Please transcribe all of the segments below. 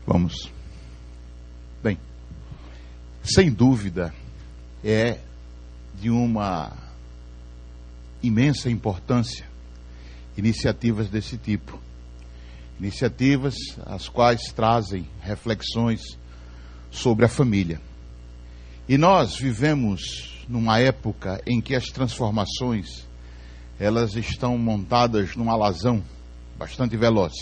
Vamos. Bem, sem dúvida, é de uma imensa importância iniciativas desse tipo. Iniciativas as quais trazem reflexões sobre a família. E nós vivemos numa época em que as transformações, elas estão montadas num alazão bastante veloz.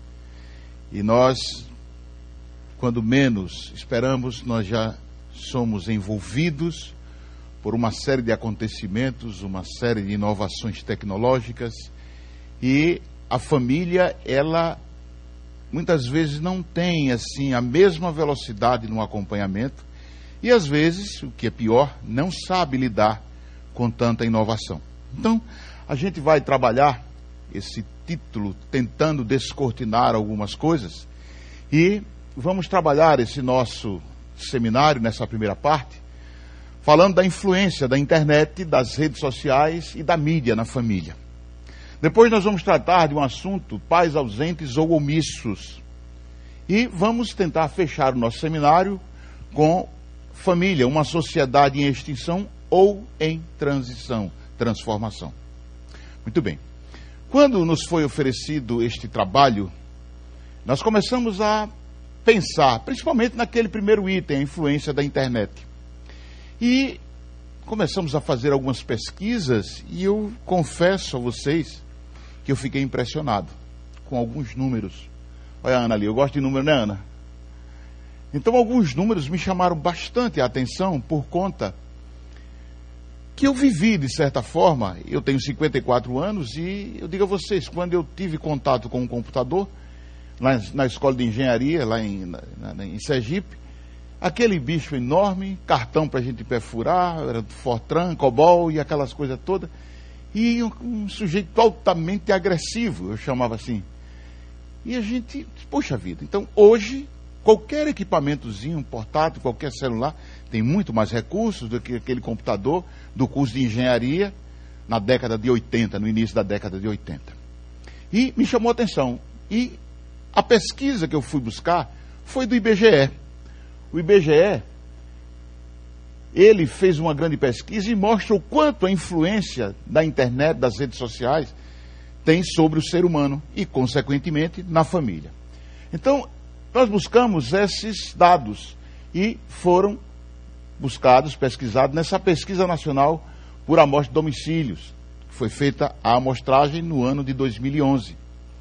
E nós, quando menos esperamos, nós já somos envolvidos por uma série de acontecimentos, uma série de inovações tecnológicas, e a família, ela muitas vezes não tem assim a mesma velocidade no acompanhamento e às vezes, o que é pior, não sabe lidar com tanta inovação. Então, a gente vai trabalhar esse título tentando descortinar algumas coisas e vamos trabalhar esse nosso seminário nessa primeira parte falando da influência da internet, das redes sociais e da mídia na família. Depois nós vamos tratar de um assunto, pais ausentes ou omissos. E vamos tentar fechar o nosso seminário com família, uma sociedade em extinção ou em transição, transformação. Muito bem. Quando nos foi oferecido este trabalho, nós começamos a pensar, principalmente naquele primeiro item, a influência da internet. E começamos a fazer algumas pesquisas e eu confesso a vocês que eu fiquei impressionado com alguns números. Olha a Ana ali, eu gosto de número, né, Ana? Então, alguns números me chamaram bastante a atenção por conta que eu vivi, de certa forma. Eu tenho 54 anos e eu digo a vocês, quando eu tive contato com um computador, lá na escola de engenharia, lá em Sergipe, aquele bicho enorme, cartão para a gente perfurar, era Fortran, COBOL e aquelas coisas todas. E um sujeito altamente agressivo, eu chamava assim. E a gente, poxa vida, então hoje, qualquer equipamentozinho portátil, qualquer celular, tem muito mais recursos do que aquele computador do curso de engenharia na década de 80, no início da década de 80. E me chamou a atenção. E a pesquisa que eu fui buscar foi do IBGE. O IBGE, ele fez uma grande pesquisa e mostra o quanto a influência da internet, das redes sociais, tem sobre o ser humano e, consequentemente, na família. Então, nós buscamos esses dados e foram buscados, pesquisados nessa pesquisa nacional por amostra de domicílios, que foi feita a amostragem no ano de 2011.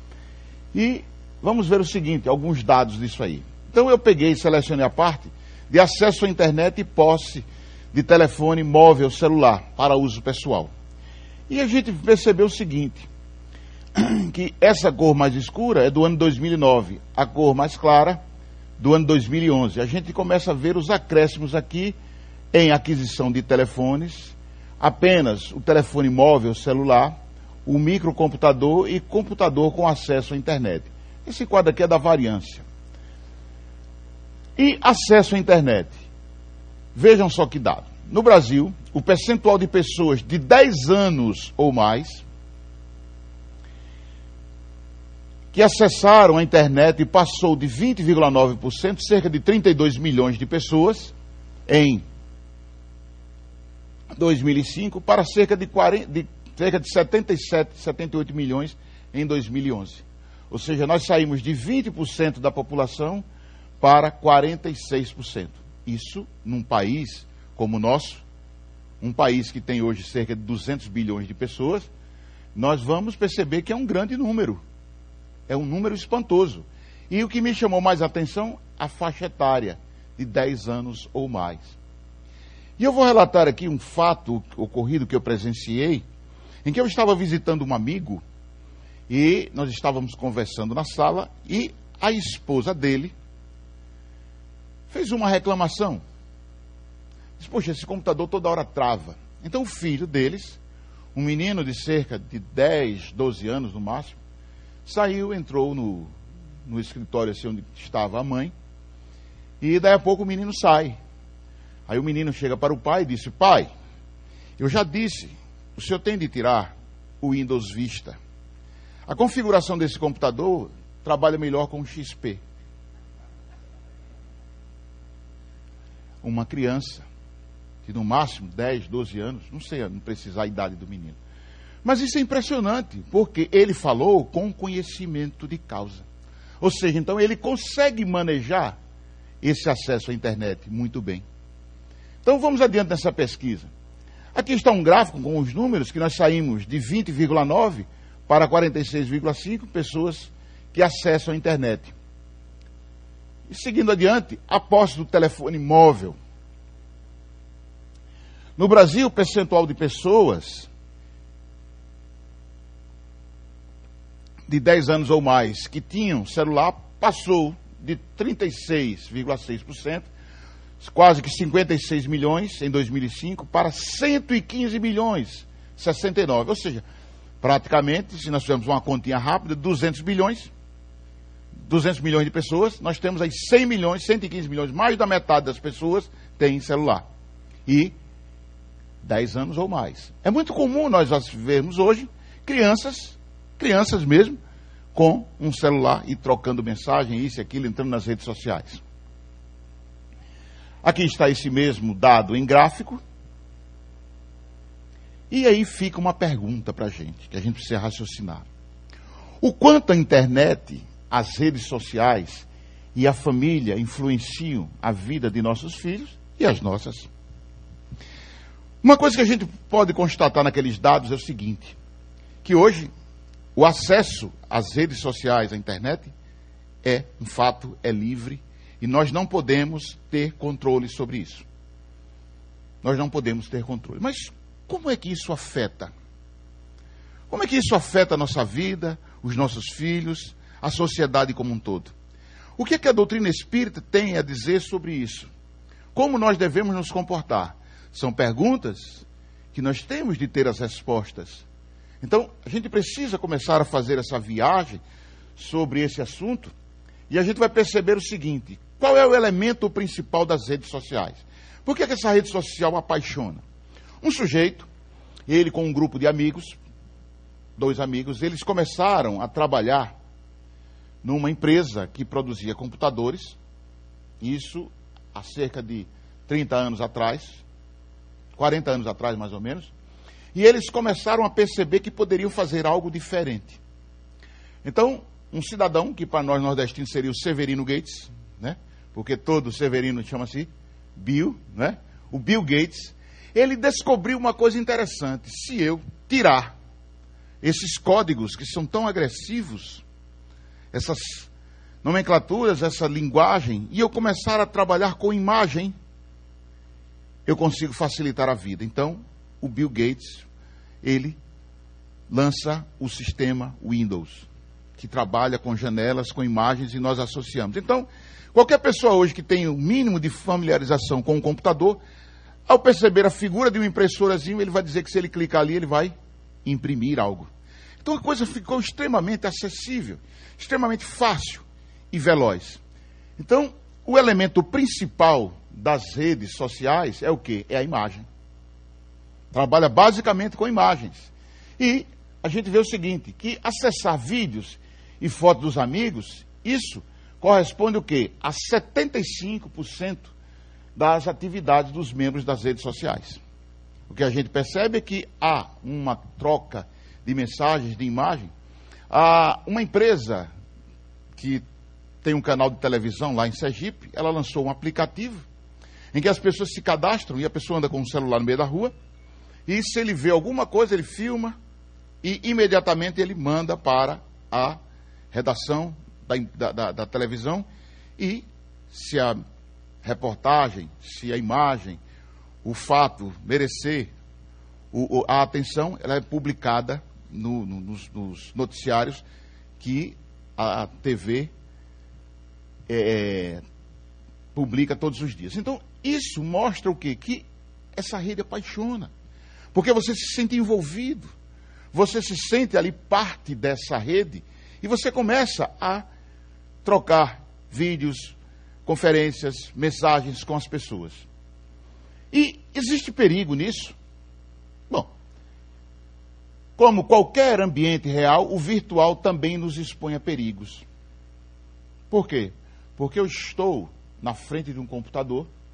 E vamos ver o seguinte, alguns dados disso aí. Então, eu peguei e selecionei a parte de acesso à internet e posse de telefone móvel celular para uso pessoal. E a gente percebeu o seguinte, que essa cor mais escura é do ano 2009, a cor mais clara do ano 2011. A gente começa a ver os acréscimos aqui em aquisição de telefones, apenas o telefone móvel celular, o microcomputador e computador com acesso à internet. Esse quadro aqui é da variância. E acesso à internet. Vejam só que dado. No Brasil, o percentual de pessoas de 10 anos ou mais que acessaram a internet passou de 20,9%, cerca de 32 milhões de pessoas, em 2005, para cerca de 77, 78 milhões em 2011. Ou seja, nós saímos de 20% da população para 46%. Isso num país como o nosso, um país que tem hoje cerca de 200 bilhões de pessoas, nós vamos perceber que é um grande número. É um número espantoso. E o que me chamou mais a atenção, a faixa etária, de 10 anos ou mais. E eu vou relatar aqui um fato ocorrido que eu presenciei, em que eu estava visitando um amigo, e nós estávamos conversando na sala, e a esposa dele fez uma reclamação. Disse, poxa, esse computador toda hora trava. Então o filho deles, um menino de cerca de 10, 12 anos no máximo, saiu, entrou no escritório assim onde estava a mãe, e daí a pouco o menino sai. Aí o menino chega para o pai e disse, pai, eu já disse, o senhor tem de tirar o Windows Vista. A configuração desse computador trabalha melhor com o XP. uma criança de no máximo 10, 12 anos, não sei, não precisar a idade do menino. Mas isso é impressionante, porque ele falou com conhecimento de causa. Ou seja, então ele consegue manejar esse acesso à internet muito bem. Então vamos adiante nessa pesquisa. Aqui está um gráfico com os números que nós saímos de 20,9 para 46,5 pessoas que acessam a internet. E seguindo adiante, a posse do telefone móvel. No Brasil, o percentual de pessoas de 10 anos ou mais que tinham celular passou de 36,6%, quase que 56 milhões em 2005, para 115 milhões, 69. Ou seja, praticamente, se nós fizermos uma continha rápida, 200 milhões de pessoas, nós temos aí 100 milhões, 115 milhões, mais da metade das pessoas têm celular. E 10 anos ou mais. É muito comum nós vermos hoje crianças mesmo, com um celular e trocando mensagem, isso e aquilo, entrando nas redes sociais. Aqui está esse mesmo dado em gráfico. E aí fica uma pergunta para a gente, que a gente precisa raciocinar. O quanto a internet, as redes sociais e a família influenciam a vida de nossos filhos e as nossas. Uma coisa que a gente pode constatar naqueles dados é o seguinte, que hoje o acesso às redes sociais, à internet, é um fato, é livre, e nós não podemos ter controle sobre isso. Nós não podemos ter controle. Mas como é que isso afeta? Como é que isso afeta a nossa vida, os nossos filhos, a sociedade como um todo? O que é que a doutrina espírita tem a dizer sobre isso? Como nós devemos nos comportar? São perguntas que nós temos de ter as respostas. Então, a gente precisa começar a fazer essa viagem sobre esse assunto e a gente vai perceber o seguinte: qual é o elemento principal das redes sociais? Por que essa rede social apaixona? Um sujeito, ele com um grupo de amigos, 2 amigos, eles começaram a trabalhar numa empresa que produzia computadores, isso há cerca de 30 anos atrás, 40 anos atrás mais ou menos, e eles começaram a perceber que poderiam fazer algo diferente. Então, um cidadão, que para nós nordestinos seria o Severino Gates, né? Porque todo Severino chama-se Bill, né? O Bill Gates, ele descobriu uma coisa interessante: se eu tirar esses códigos que são tão agressivos, essas nomenclaturas, essa linguagem, e eu começar a trabalhar com imagem, eu consigo facilitar a vida. Então, o Bill Gates, ele lança o sistema Windows, que trabalha com janelas, com imagens, e nós associamos. Então, qualquer pessoa hoje que tem o mínimo de familiarização com o computador, ao perceber a figura de uma impressorazinha, ele vai dizer que se ele clicar ali, ele vai imprimir algo. Então a coisa ficou extremamente acessível, extremamente fácil e veloz. Então, o elemento principal das redes sociais é o quê? É a imagem. Trabalha basicamente com imagens. E a gente vê o seguinte, que acessar vídeos e fotos dos amigos, isso corresponde o quê? A 75% das atividades dos membros das redes sociais. O que a gente percebe é que há uma troca de mensagens, de imagem. Uma empresa que tem um canal de televisão lá em Sergipe, ela lançou um aplicativo em que as pessoas se cadastram e a pessoa anda com o celular no meio da rua, e se ele vê alguma coisa, ele filma e imediatamente ele manda para a redação da televisão, e se a reportagem, se a imagem, o fato merecer a atenção, ela é publicada nos noticiários que a TV publica todos os dias. Então, isso mostra o quê? Que essa rede apaixona. Porque você se sente envolvido, você se sente ali parte dessa rede, e você começa a trocar vídeos, conferências, mensagens com as pessoas. E existe perigo nisso? Bom, como qualquer ambiente real, o virtual também nos expõe a perigos. Por quê? Porque eu estou na frente de um computador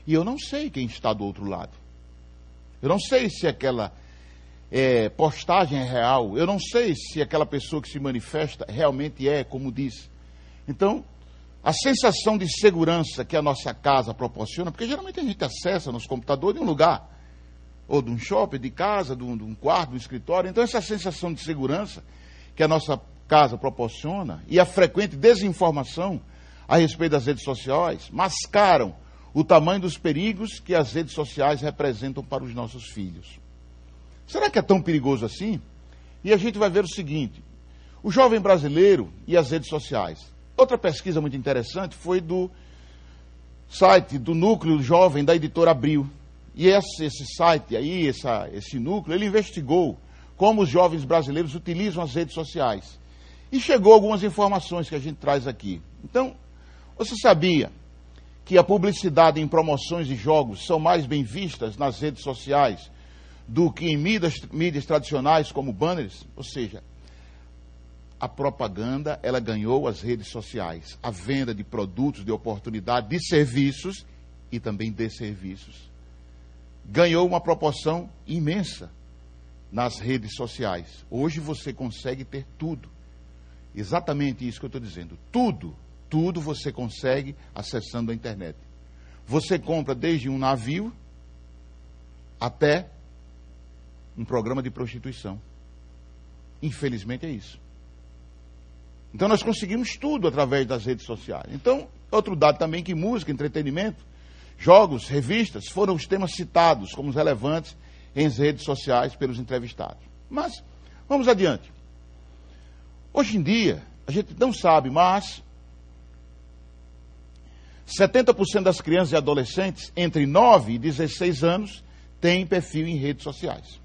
E eu não sei quem está do outro lado. Eu não sei se aquela postagem é real. Eu não sei se aquela pessoa que se manifesta realmente é como diz. Então, a sensação de segurança que a nossa casa proporciona, porque geralmente a gente acessa nos computadores de um lugar, ou de um shopping, de casa, de um quarto, de um escritório. Então, essa sensação de segurança que a nossa casa proporciona e a frequente desinformação a respeito das redes sociais mascaram o tamanho dos perigos que as redes sociais representam para os nossos filhos. Será que é tão perigoso assim? E a gente vai ver o seguinte: o jovem brasileiro e as redes sociais. Outra pesquisa muito interessante foi do site do Núcleo Jovem da Editora Abril. E esse site aí, esse núcleo, ele investigou como os jovens brasileiros utilizam as redes sociais. E chegou algumas informações que a gente traz aqui. Então, você sabia que a publicidade em promoções de jogos são mais bem vistas nas redes sociais do que em mídias tradicionais como banners? Ou seja, a propaganda, ela ganhou as redes sociais. A venda de produtos, de oportunidade, de serviços e também de serviços ganhou uma proporção imensa nas redes sociais. Hoje você consegue ter tudo. Exatamente isso que eu estou dizendo. Tudo você consegue acessando a internet. Você compra desde um navio até um programa de prostituição. Infelizmente é isso. Então nós conseguimos tudo através das redes sociais. Então, outro dado também que música, entretenimento, jogos, revistas foram os temas citados como os relevantes em redes sociais pelos entrevistados. Mas, vamos adiante. Hoje em dia, a gente não sabe, mas 70% das crianças e adolescentes entre 9 e 16 anos têm perfil em redes sociais.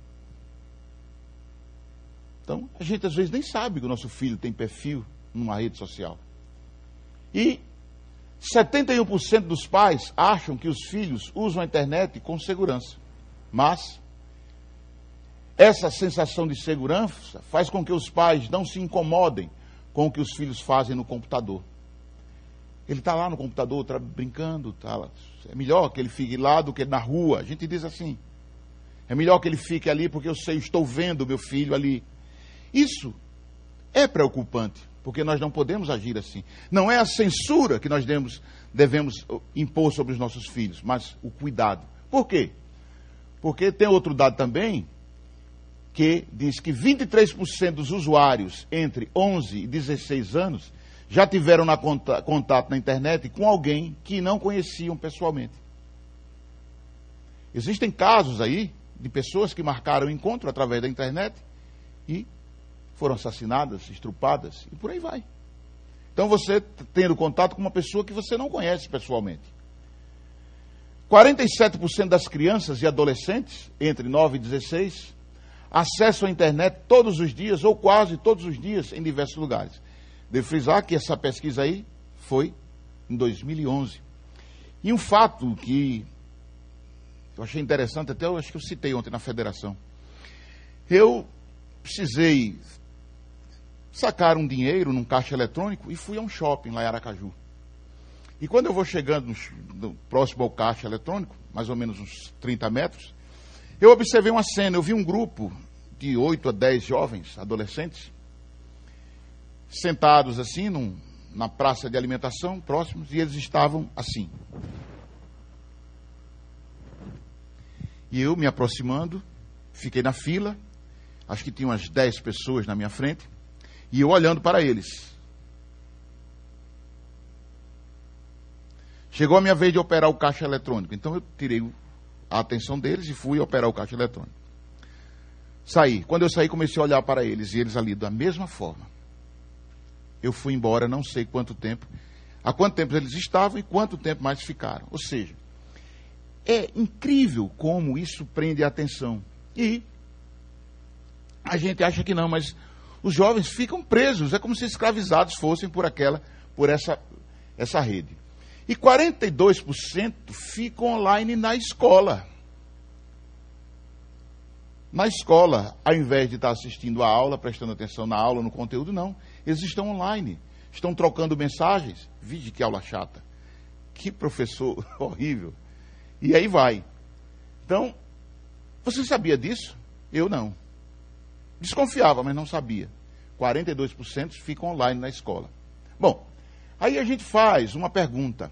Então, a gente às vezes nem sabe que o nosso filho tem perfil numa rede social. E 71% dos pais acham que os filhos usam a internet com segurança. Mas essa sensação de segurança faz com que os pais não se incomodem com o que os filhos fazem no computador. Ele está lá no computador, brincando, tá lá. É melhor que ele fique lá do que na rua. A gente diz assim. É melhor que ele fique ali porque eu sei, estou vendo meu filho ali. Isso é preocupante, porque nós não podemos agir assim. Não é a censura que nós devemos impor sobre os nossos filhos, mas o cuidado. Por quê? Porque tem outro dado também, que diz que 23% dos usuários entre 11 e 16 anos já tiveram contato na internet com alguém que não conheciam pessoalmente. Existem casos aí de pessoas que marcaram encontro através da internet e foram assassinadas, estrupadas e por aí vai. Então você tendo contato com uma pessoa que você não conhece pessoalmente. 47% das crianças e adolescentes entre 9 e 16 acessam a internet todos os dias ou quase todos os dias em diversos lugares. Devo frisar que essa pesquisa aí foi em 2011. E um fato que eu achei interessante, até eu acho que eu citei ontem na federação. Eu precisei sacar um dinheiro num caixa eletrônico e fui a um shopping lá em Aracaju. E quando eu vou chegando próximo ao caixa eletrônico, mais ou menos uns 30 metros, eu observei uma cena. Eu vi um grupo de 8 a 10 jovens, adolescentes, sentados assim, na praça de alimentação, próximos, e eles estavam assim. E eu me aproximando, fiquei na fila, acho que tinha umas 10 pessoas na minha frente, e eu olhando para eles. Chegou a minha vez de operar o caixa eletrônico. Então eu tirei a atenção deles e fui operar o caixa eletrônico. Saí. Quando eu saí, comecei a olhar para eles, e eles ali da mesma forma. Eu fui embora, não sei quanto tempo, há quanto tempo eles estavam e quanto tempo mais ficaram. Ou seja, é incrível como isso prende a atenção. E a gente acha que não, mas os jovens ficam presos, é como se escravizados fossem por essa rede. E 42% ficam online na escola. Na escola, ao invés de estar assistindo a aula, prestando atenção na aula, no conteúdo, não. Eles estão online, estão trocando mensagens. Vide que aula chata. Que professor horrível. E aí vai. Então, você sabia disso? Eu não. Desconfiava, mas não sabia. 42% ficam online na escola. Bom, aí a gente faz uma pergunta.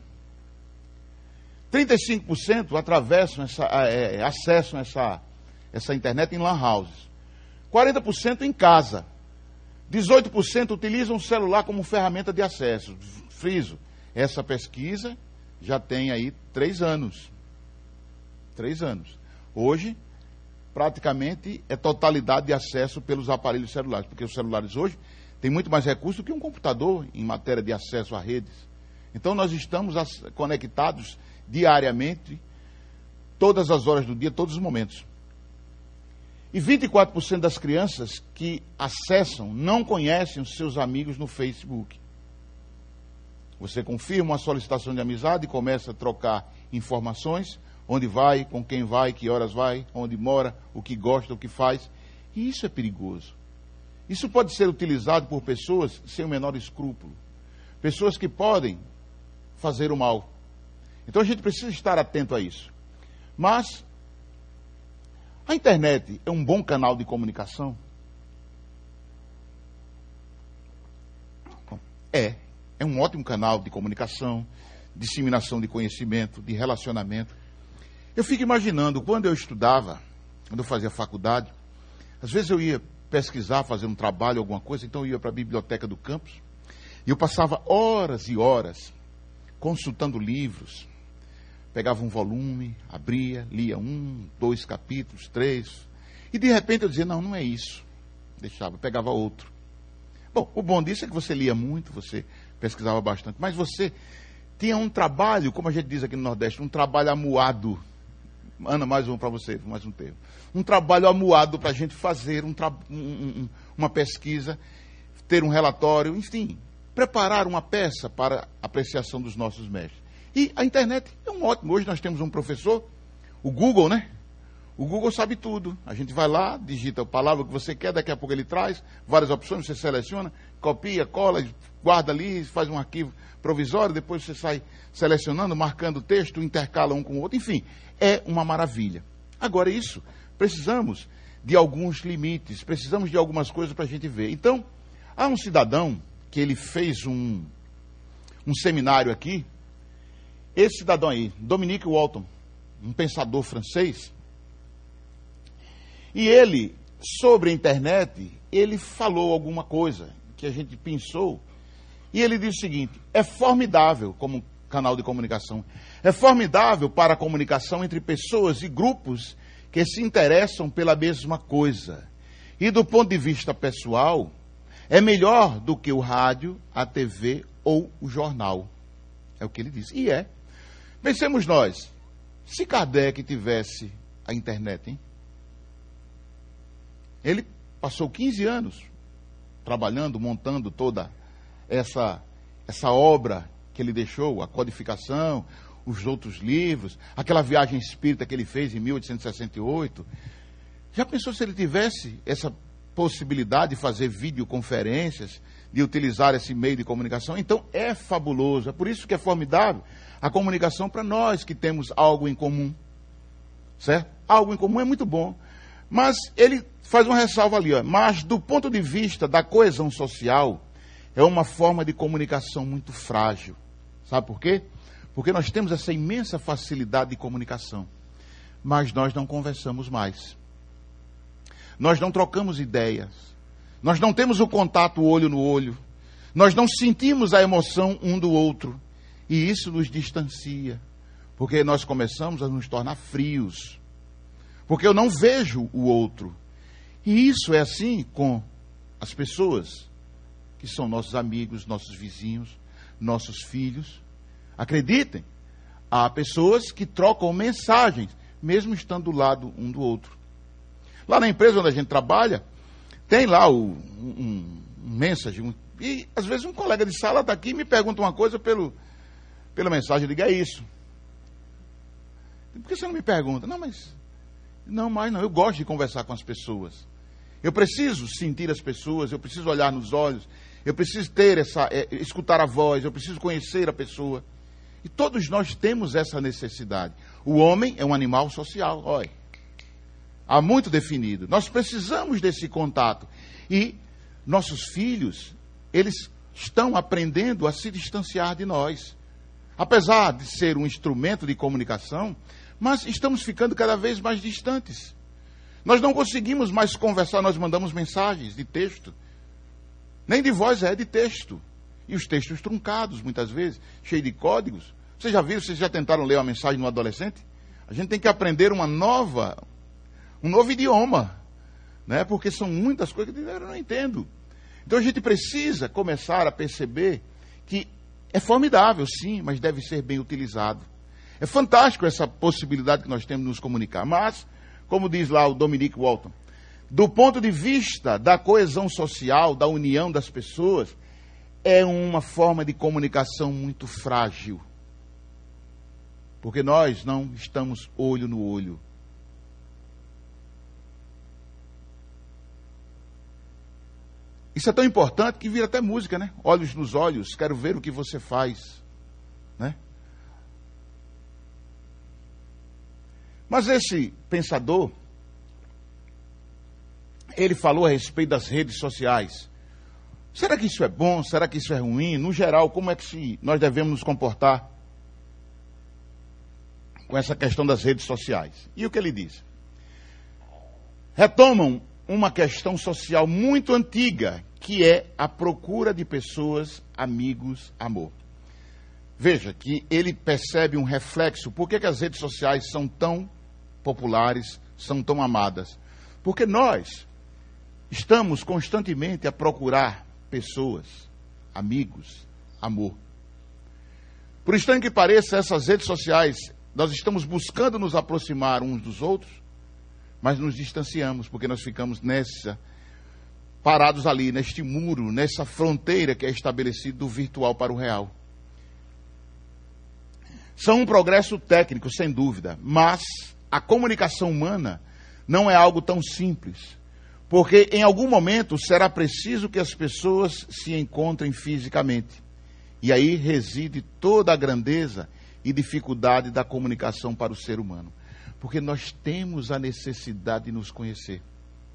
35% acessam essa internet em lan houses. 40% em casa. 18% utilizam o celular como ferramenta de acesso. Friso, essa pesquisa já tem aí 3 anos. 3 anos. Hoje, praticamente, é totalidade de acesso pelos aparelhos celulares, porque os celulares hoje têm muito mais recursos do que um computador em matéria de acesso a redes. Então, nós estamos conectados diariamente, todas as horas do dia, todos os momentos. E 24% das crianças que acessam não conhecem os seus amigos no Facebook. Você confirma uma solicitação de amizade e começa a trocar informações, onde vai, com quem vai, que horas vai, onde mora, o que gosta, o que faz. E isso é perigoso. Isso pode ser utilizado por pessoas sem o menor escrúpulo. Pessoas que podem fazer o mal. Então a gente precisa estar atento a isso. Mas a internet é um bom canal de comunicação? É um ótimo canal de comunicação, disseminação de conhecimento, de relacionamento. Eu fico imaginando, quando eu estudava, quando eu fazia faculdade, às vezes eu ia pesquisar, fazer um trabalho, alguma coisa, então eu ia para a biblioteca do campus, e eu passava horas e horas consultando livros, pegava um volume, abria, lia 1, 2 capítulos, 3, e de repente eu dizia, não é isso, deixava, pegava outro. Bom, o bom disso é que você lia muito, você pesquisava bastante, mas você tinha um trabalho, como a gente diz aqui no Nordeste, um trabalho amuado. Ana, mais um para você, mais um termo. Um trabalho amuado para a gente fazer uma pesquisa, ter um relatório, enfim, preparar uma peça para apreciação dos nossos mestres. E a internet é um ótimo. Hoje nós temos um professor, o Google, né? O Google sabe tudo. A gente vai lá, digita a palavra que você quer, daqui a pouco ele traz várias opções, você seleciona, copia, cola, guarda ali, faz um arquivo provisório, depois você sai selecionando, marcando o texto, intercala um com o outro, enfim, é uma maravilha. Agora isso, precisamos de alguns limites, precisamos de algumas coisas para a gente ver. Então, há um cidadão que ele fez um seminário aqui, esse cidadão aí, Dominique Walton, um pensador francês, e ele, sobre a internet, ele falou alguma coisa que a gente pensou, e ele disse o seguinte, é formidável como canal de comunicação, é formidável para a comunicação entre pessoas e grupos que se interessam pela mesma coisa. E do ponto de vista pessoal, é melhor do que o rádio, a TV ou o jornal. É o que ele disse. E é. Pensemos nós, se Kardec tivesse a internet, hein? Ele passou 15 anos trabalhando, montando toda essa obra que ele deixou, a codificação, os outros livros, aquela viagem espírita que ele fez em 1868. Já pensou se ele tivesse essa possibilidade de fazer videoconferências, de utilizar esse meio de comunicação? Então é fabuloso, é por isso que é formidável a comunicação para nós que temos algo em comum, certo? Algo em comum é muito bom, mas ele faz uma ressalva ali, ó, mas do ponto de vista da coesão social, é uma forma de comunicação muito frágil. Sabe por quê? Porque nós temos essa imensa facilidade de comunicação, mas nós não conversamos mais. Nós não trocamos ideias. Nós não temos o contato olho no olho. Nós não sentimos a emoção um do outro. E isso nos distancia. Porque nós começamos a nos tornar frios. Porque eu não vejo o outro. E isso é assim com as pessoas que são nossos amigos, nossos vizinhos, nossos filhos. Acreditem, há pessoas que trocam mensagens, mesmo estando do lado um do outro. Lá na empresa onde a gente trabalha, tem lá um mensagem, e às vezes um colega de sala está aqui e me pergunta uma coisa pela mensagem, eu digo, é isso. Por que você não me pergunta? Não, eu gosto de conversar com as pessoas. Eu preciso sentir as pessoas, eu preciso olhar nos olhos, eu preciso escutar a voz, eu preciso conhecer a pessoa. E todos nós temos essa necessidade. O homem é um animal social, olha. Há muito definido. Nós precisamos desse contato. E nossos filhos, eles estão aprendendo a se distanciar de nós. Apesar de ser um instrumento de comunicação, mas estamos ficando cada vez mais distantes. Nós não conseguimos mais conversar, nós mandamos mensagens de texto. Nem de voz, é de texto. E os textos truncados, muitas vezes, cheios de códigos. Vocês já viram, vocês já tentaram ler uma mensagem de um adolescente? A gente tem que aprender um novo idioma, né? Porque são muitas coisas que eu não entendo. Então a gente precisa começar a perceber que é formidável, sim, mas deve ser bem utilizado. É fantástico essa possibilidade que nós temos de nos comunicar, mas, como diz lá o Dominique Walton, do ponto de vista da coesão social, da união das pessoas, é uma forma de comunicação muito frágil. Porque nós não estamos olho no olho. Isso é tão importante que vira até música, né? Olhos nos olhos, quero ver o que você faz, né? Mas esse pensador, ele falou a respeito das redes sociais. Será que isso é bom? Será que isso é ruim? No geral, como é que nós devemos nos comportar com essa questão das redes sociais? E o que ele diz? Retomam uma questão social muito antiga, que é a procura de pessoas, amigos, amor. Veja que ele percebe um reflexo. Por que as redes sociais são tão populares, são tão amadas? Porque nós estamos constantemente a procurar pessoas, amigos, amor. Por estranho que pareça, essas redes sociais, nós estamos buscando nos aproximar uns dos outros, mas nos distanciamos, porque nós ficamos parados ali, neste muro, nessa fronteira que é estabelecida do virtual para o real. São um progresso técnico, sem dúvida, mas a comunicação humana não é algo tão simples, porque em algum momento será preciso que as pessoas se encontrem fisicamente. E aí reside toda a grandeza e dificuldade da comunicação para o ser humano. Porque nós temos a necessidade de nos conhecer.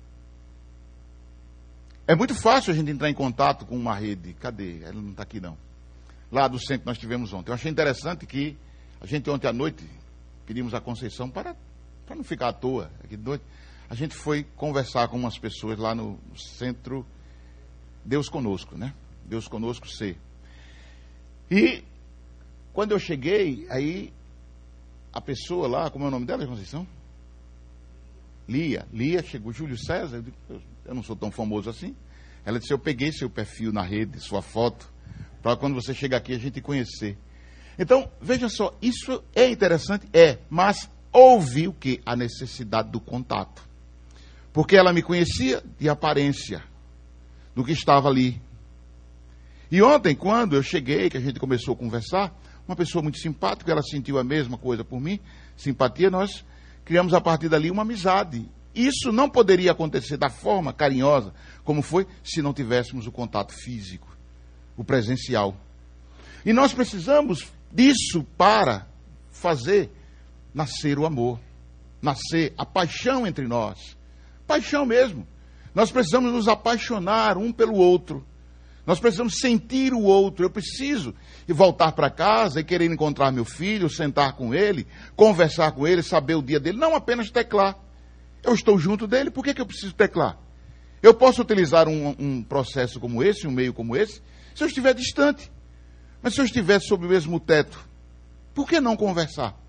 É muito fácil a gente entrar em contato com uma rede. Cadê? Ela não está aqui não. Lá do centro que nós tivemos ontem. Eu achei interessante que a gente ontem à noite pedimos a Conceição para não ficar à toa aqui de noite. A gente foi conversar com umas pessoas lá no centro Deus Conosco, né? Deus Conosco C. E quando eu cheguei, aí a pessoa lá, como é o nome dela, Conceição? Lia chegou, Júlio César, eu não sou tão famoso assim. Ela disse, eu peguei seu perfil na rede, sua foto, para quando você chegar aqui a gente conhecer. Então, veja só, isso é interessante, mas houve o quê? A necessidade do contato. Porque ela me conhecia de aparência, do que estava ali. E ontem, quando eu cheguei, que a gente começou a conversar, uma pessoa muito simpática, ela sentiu a mesma coisa por mim, simpatia, nós criamos a partir dali uma amizade. Isso não poderia acontecer da forma carinhosa como foi, se não tivéssemos o contato físico, o presencial. E nós precisamos disso para fazer nascer o amor, nascer a paixão entre nós. Paixão mesmo. Nós precisamos nos apaixonar um pelo outro. Nós precisamos sentir o outro. Eu preciso voltar para casa e querer encontrar meu filho, sentar com ele, conversar com ele, saber o dia dele. Não apenas teclar. Eu estou junto dele, por que eu preciso teclar? Eu posso utilizar um processo como esse, um meio como esse, se eu estiver distante. Mas se eu estiver sob o mesmo teto, por que não conversar?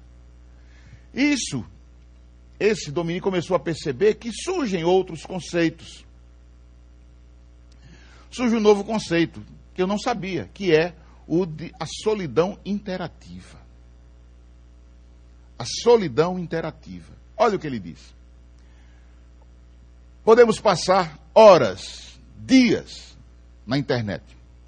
Esse Dominique começou a perceber que surgem outros conceitos. Surge um novo conceito, que eu não sabia, que é a solidão interativa. A solidão interativa. Olha o que ele diz. Podemos passar horas, dias na internet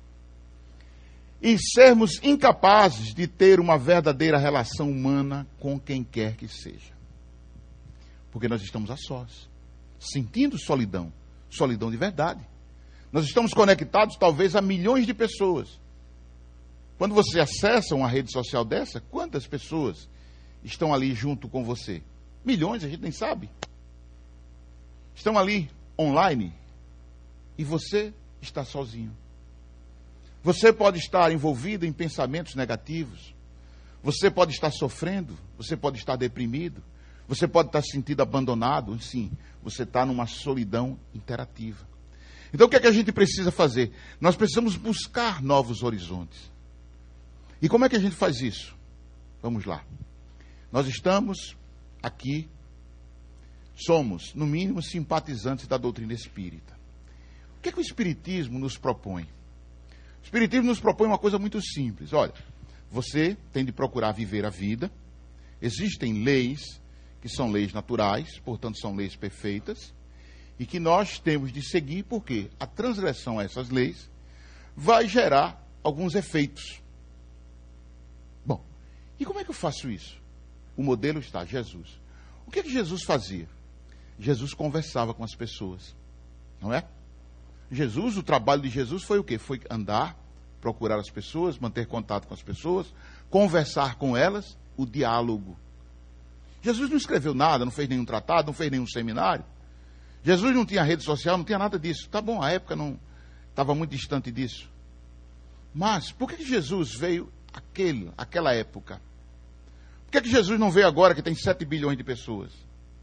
e sermos incapazes de ter uma verdadeira relação humana com quem quer que seja. Porque nós estamos a sós, sentindo solidão, solidão de verdade. Nós estamos conectados talvez a milhões de pessoas, Quando você acessa uma rede social dessa, quantas pessoas estão ali junto com você? Milhões, a gente nem sabe. Estão ali online e você está sozinho. Você pode estar envolvido em pensamentos negativos. Você pode estar sofrendo. Você pode estar deprimido. Você pode estar se sentindo abandonado. Sim, você está numa solidão interativa. Então o que é que a gente precisa fazer? Nós precisamos buscar novos horizontes. E como é que a gente faz isso? Vamos lá. Nós estamos aqui, somos, no mínimo, simpatizantes da doutrina espírita. O que é que o Espiritismo nos propõe? O Espiritismo nos propõe uma coisa muito simples. Olha, você tem de procurar viver a vida. Existem leis que são leis naturais, portanto são leis perfeitas, e que nós temos de seguir porque a transgressão a essas leis vai gerar alguns efeitos. Bom, e como é que eu faço isso? O modelo está Jesus. O que é que Jesus fazia? Jesus conversava com as pessoas, não é? Jesus, o trabalho de Jesus foi o quê? Foi andar, procurar as pessoas, manter contato com as pessoas, conversar com elas, o diálogo. Jesus não escreveu nada, não fez nenhum tratado, não fez nenhum seminário. Jesus não tinha rede social, não tinha nada disso. Tá bom, a época não estava muito distante disso. Mas por que Jesus veio aquela época? Por que Jesus não veio agora que tem 7 bilhões de pessoas?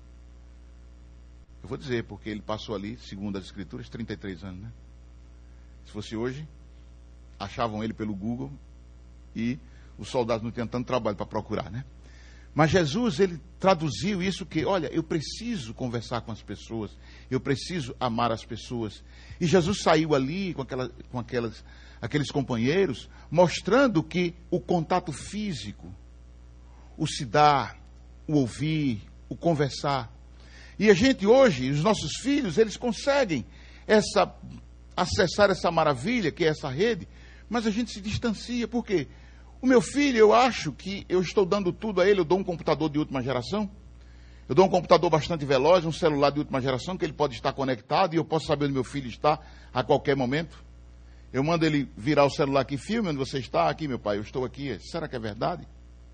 Eu vou dizer, porque ele passou ali, segundo as escrituras, 33 anos, né? Se fosse hoje, achavam ele pelo Google e os soldados não tinham tanto trabalho para procurar, né? Mas Jesus, ele traduziu isso que, olha, eu preciso conversar com as pessoas, eu preciso amar as pessoas. E Jesus saiu ali com aqueles companheiros, mostrando que o contato físico, o se dar, o ouvir, o conversar. E a gente hoje, os nossos filhos, eles conseguem acessar essa maravilha que é essa rede, mas a gente se distancia. Por quê? O meu filho, eu acho que eu estou dando tudo a ele, eu dou um computador de última geração, eu dou um computador bastante veloz, um celular de última geração, que ele pode estar conectado e eu posso saber onde meu filho está a qualquer momento. Eu mando ele virar o celular aqui, filme onde você está, aqui meu pai, eu estou aqui. Será que é verdade?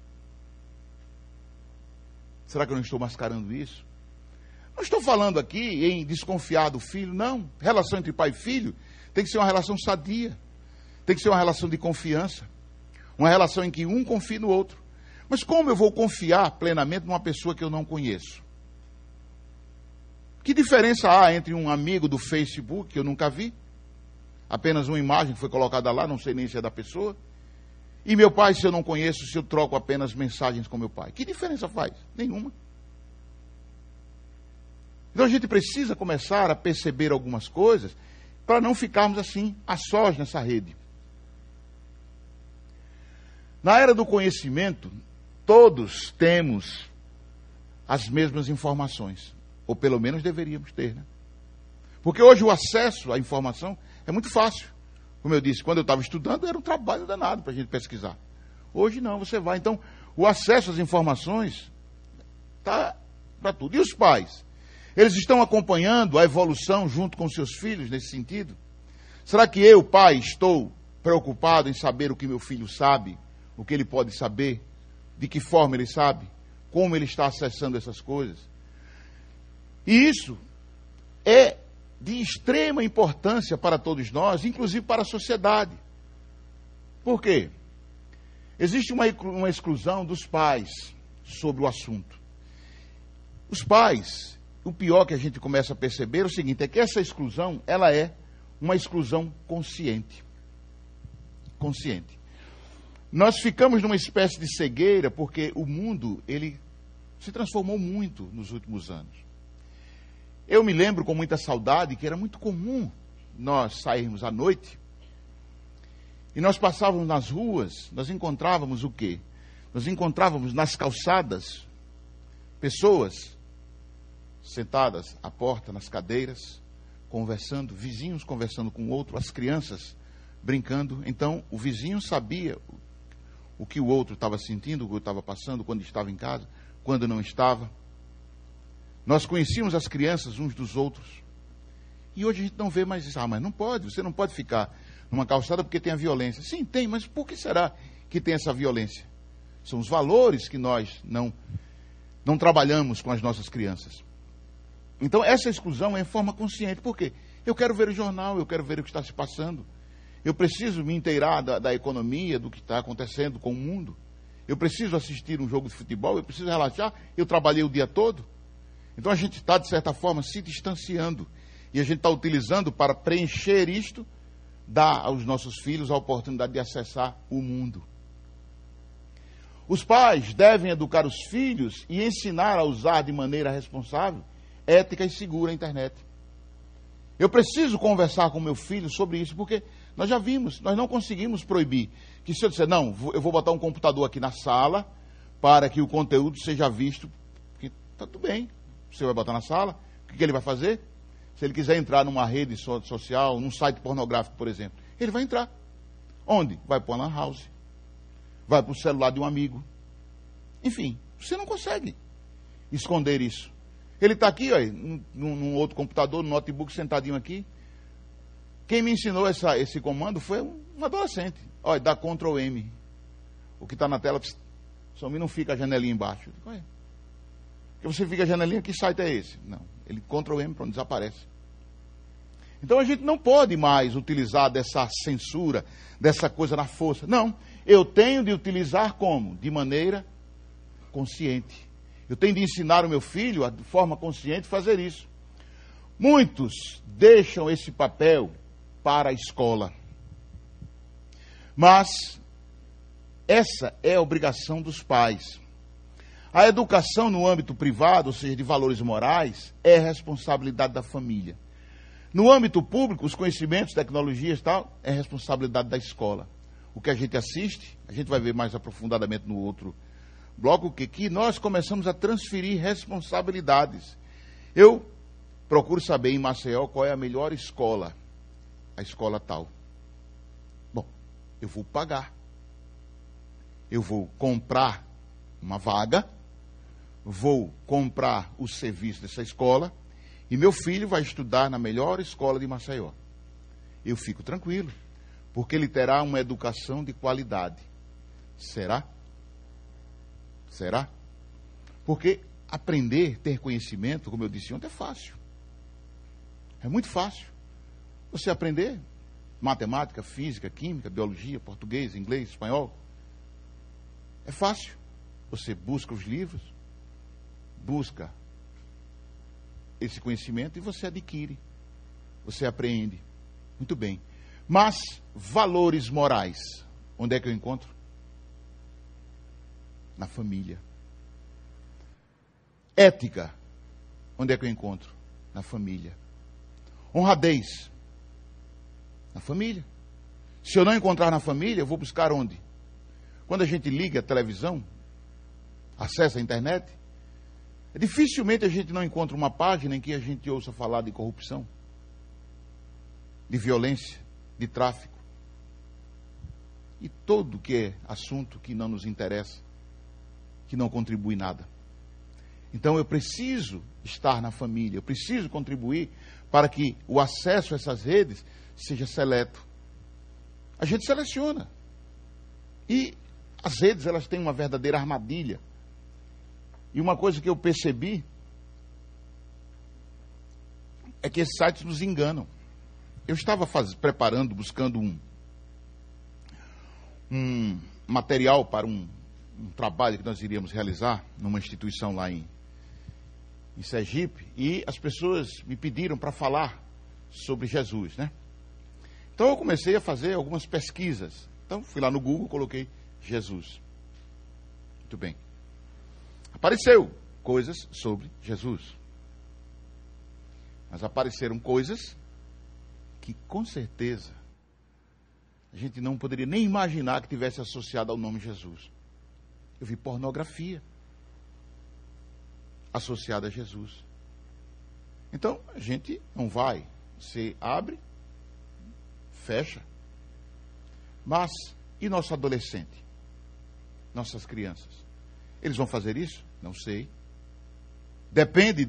Será que eu não estou mascarando isso? Não estou falando aqui em desconfiar do filho, não. Relação entre pai e filho tem que ser uma relação sadia, tem que ser uma relação de confiança. Uma relação em que um confia no outro. Mas como eu vou confiar plenamente numa pessoa que eu não conheço? Que diferença há entre um amigo do Facebook, que eu nunca vi, apenas uma imagem que foi colocada lá, não sei nem se é da pessoa, e meu pai, se eu não conheço, se eu troco apenas mensagens com meu pai? Que diferença faz? Nenhuma. Então a gente precisa começar a perceber algumas coisas para não ficarmos assim, a sós nessa rede. Na era do conhecimento, todos temos as mesmas informações. Ou pelo menos deveríamos ter, né? Porque hoje o acesso à informação é muito fácil. Como eu disse, quando eu estava estudando, era um trabalho danado para a gente pesquisar. Hoje não, você vai. Então, o acesso às informações está para tudo. E os pais? Eles estão acompanhando a evolução junto com seus filhos nesse sentido? Será que eu, pai, estou preocupado em saber o que meu filho sabe? O que ele pode saber, de que forma ele sabe, como ele está acessando essas coisas. E isso é de extrema importância para todos nós, inclusive para a sociedade. Por quê? Existe uma exclusão dos pais sobre o assunto. Os pais, o pior que a gente começa a perceber é o seguinte, é que essa exclusão, ela é uma exclusão consciente. Consciente. Nós ficamos numa espécie de cegueira porque o mundo, ele se transformou muito nos últimos anos. Eu me lembro com muita saudade que era muito comum nós sairmos à noite e nós passávamos nas ruas, nós encontrávamos o quê? Nós encontrávamos nas calçadas pessoas sentadas à porta, nas cadeiras, conversando, vizinhos conversando com o outro, as crianças brincando. Então, o vizinho sabia o que o outro estava sentindo, o que estava passando, quando estava em casa, quando não estava. Nós conhecíamos as crianças uns dos outros. E hoje a gente não vê mais isso. Ah, mas não pode, você não pode ficar numa calçada porque tem a violência. Sim, tem, mas por que será que tem essa violência? São os valores que nós não trabalhamos com as nossas crianças. Então, essa exclusão é em forma consciente. Por quê? Eu quero ver o jornal, eu quero ver o que está se passando. Eu preciso me inteirar da economia, do que está acontecendo com o mundo. Eu preciso assistir um jogo de futebol, eu preciso relaxar. Eu trabalhei o dia todo. Então, a gente está, de certa forma, se distanciando. E a gente está utilizando para preencher isto, dar aos nossos filhos a oportunidade de acessar o mundo. Os pais devem educar os filhos e ensinar a usar de maneira responsável, ética e segura a internet. Eu preciso conversar com meu filho sobre isso, porque nós já vimos, nós não conseguimos proibir. Que se eu disser, não, eu vou botar um computador aqui na sala para que o conteúdo seja visto, porque está tudo bem, você vai botar na sala, o que ele vai fazer? Se ele quiser entrar numa rede social, num site pornográfico, por exemplo, ele vai entrar. Onde? Vai para uma lan house. Vai para o celular de um amigo. Enfim, você não consegue esconder isso. Ele está aqui, ó, num outro computador, no notebook, sentadinho aqui. Quem me ensinou esse comando foi um adolescente. Olha, dá Ctrl M. O que está na tela, só não fica a janelinha embaixo. Porque você fica a janelinha, que site é esse? Não, ele Ctrl M, pronto, desaparece. Então a gente não pode mais utilizar dessa censura, dessa coisa na força. Não, eu tenho de utilizar como? De maneira consciente. Eu tenho de ensinar o meu filho, de forma consciente, fazer isso. Muitos deixam esse papel para a escola. Mas essa é a obrigação dos pais. A educação no âmbito privado, ou seja, de valores morais, é responsabilidade da família. No âmbito público, os conhecimentos, tecnologias e tal, é responsabilidade da escola. O que a gente assiste, a gente vai ver mais aprofundadamente no outro bloco, que nós começamos a transferir responsabilidades. Eu procuro saber em Maceió qual é a melhor escola. A escola tal. Bom, eu vou pagar. Eu vou comprar uma vaga, vou comprar o serviço dessa escola, e meu filho vai estudar na melhor escola de Maceió. Eu fico tranquilo, porque ele terá uma educação de qualidade. Será? Será? Porque aprender, ter conhecimento, como eu disse ontem, é fácil. É muito fácil. Você aprender matemática, física, química, biologia, português, inglês, espanhol. É fácil. Você busca os livros, busca esse conhecimento e você adquire. Você apreende. Muito bem. Mas valores morais, onde é que eu encontro? Na família. Ética, onde é que eu encontro? Na família. Honradez, na família. Se eu não encontrar na família, eu vou buscar onde? Quando a gente liga a televisão, acessa a internet, dificilmente a gente não encontra uma página em que a gente ouça falar de corrupção, de violência, de tráfico. E todo que é assunto que não nos interessa, que não contribui nada. Então eu preciso estar na família, eu preciso contribuir para que o acesso a essas redes seja seleto. A gente seleciona. E as redes, elas têm uma verdadeira armadilha. E uma coisa que eu percebi é que esses sites nos enganam. Eu estava preparando, buscando um material para um trabalho que nós iríamos realizar numa instituição lá em Sergipe, e as pessoas me pediram para falar sobre Jesus, né? Então eu comecei a fazer algumas pesquisas. Então fui lá no Google, coloquei Jesus. Muito bem. Apareceu coisas sobre Jesus. Mas apareceram coisas que com certeza a gente não poderia nem imaginar que tivesse associado ao nome Jesus. Eu vi pornografia associada a Jesus. Então, a gente não vai. Você abre, fecha. Mas, e nosso adolescente? Nossas crianças? Eles vão fazer isso? Não sei. Depende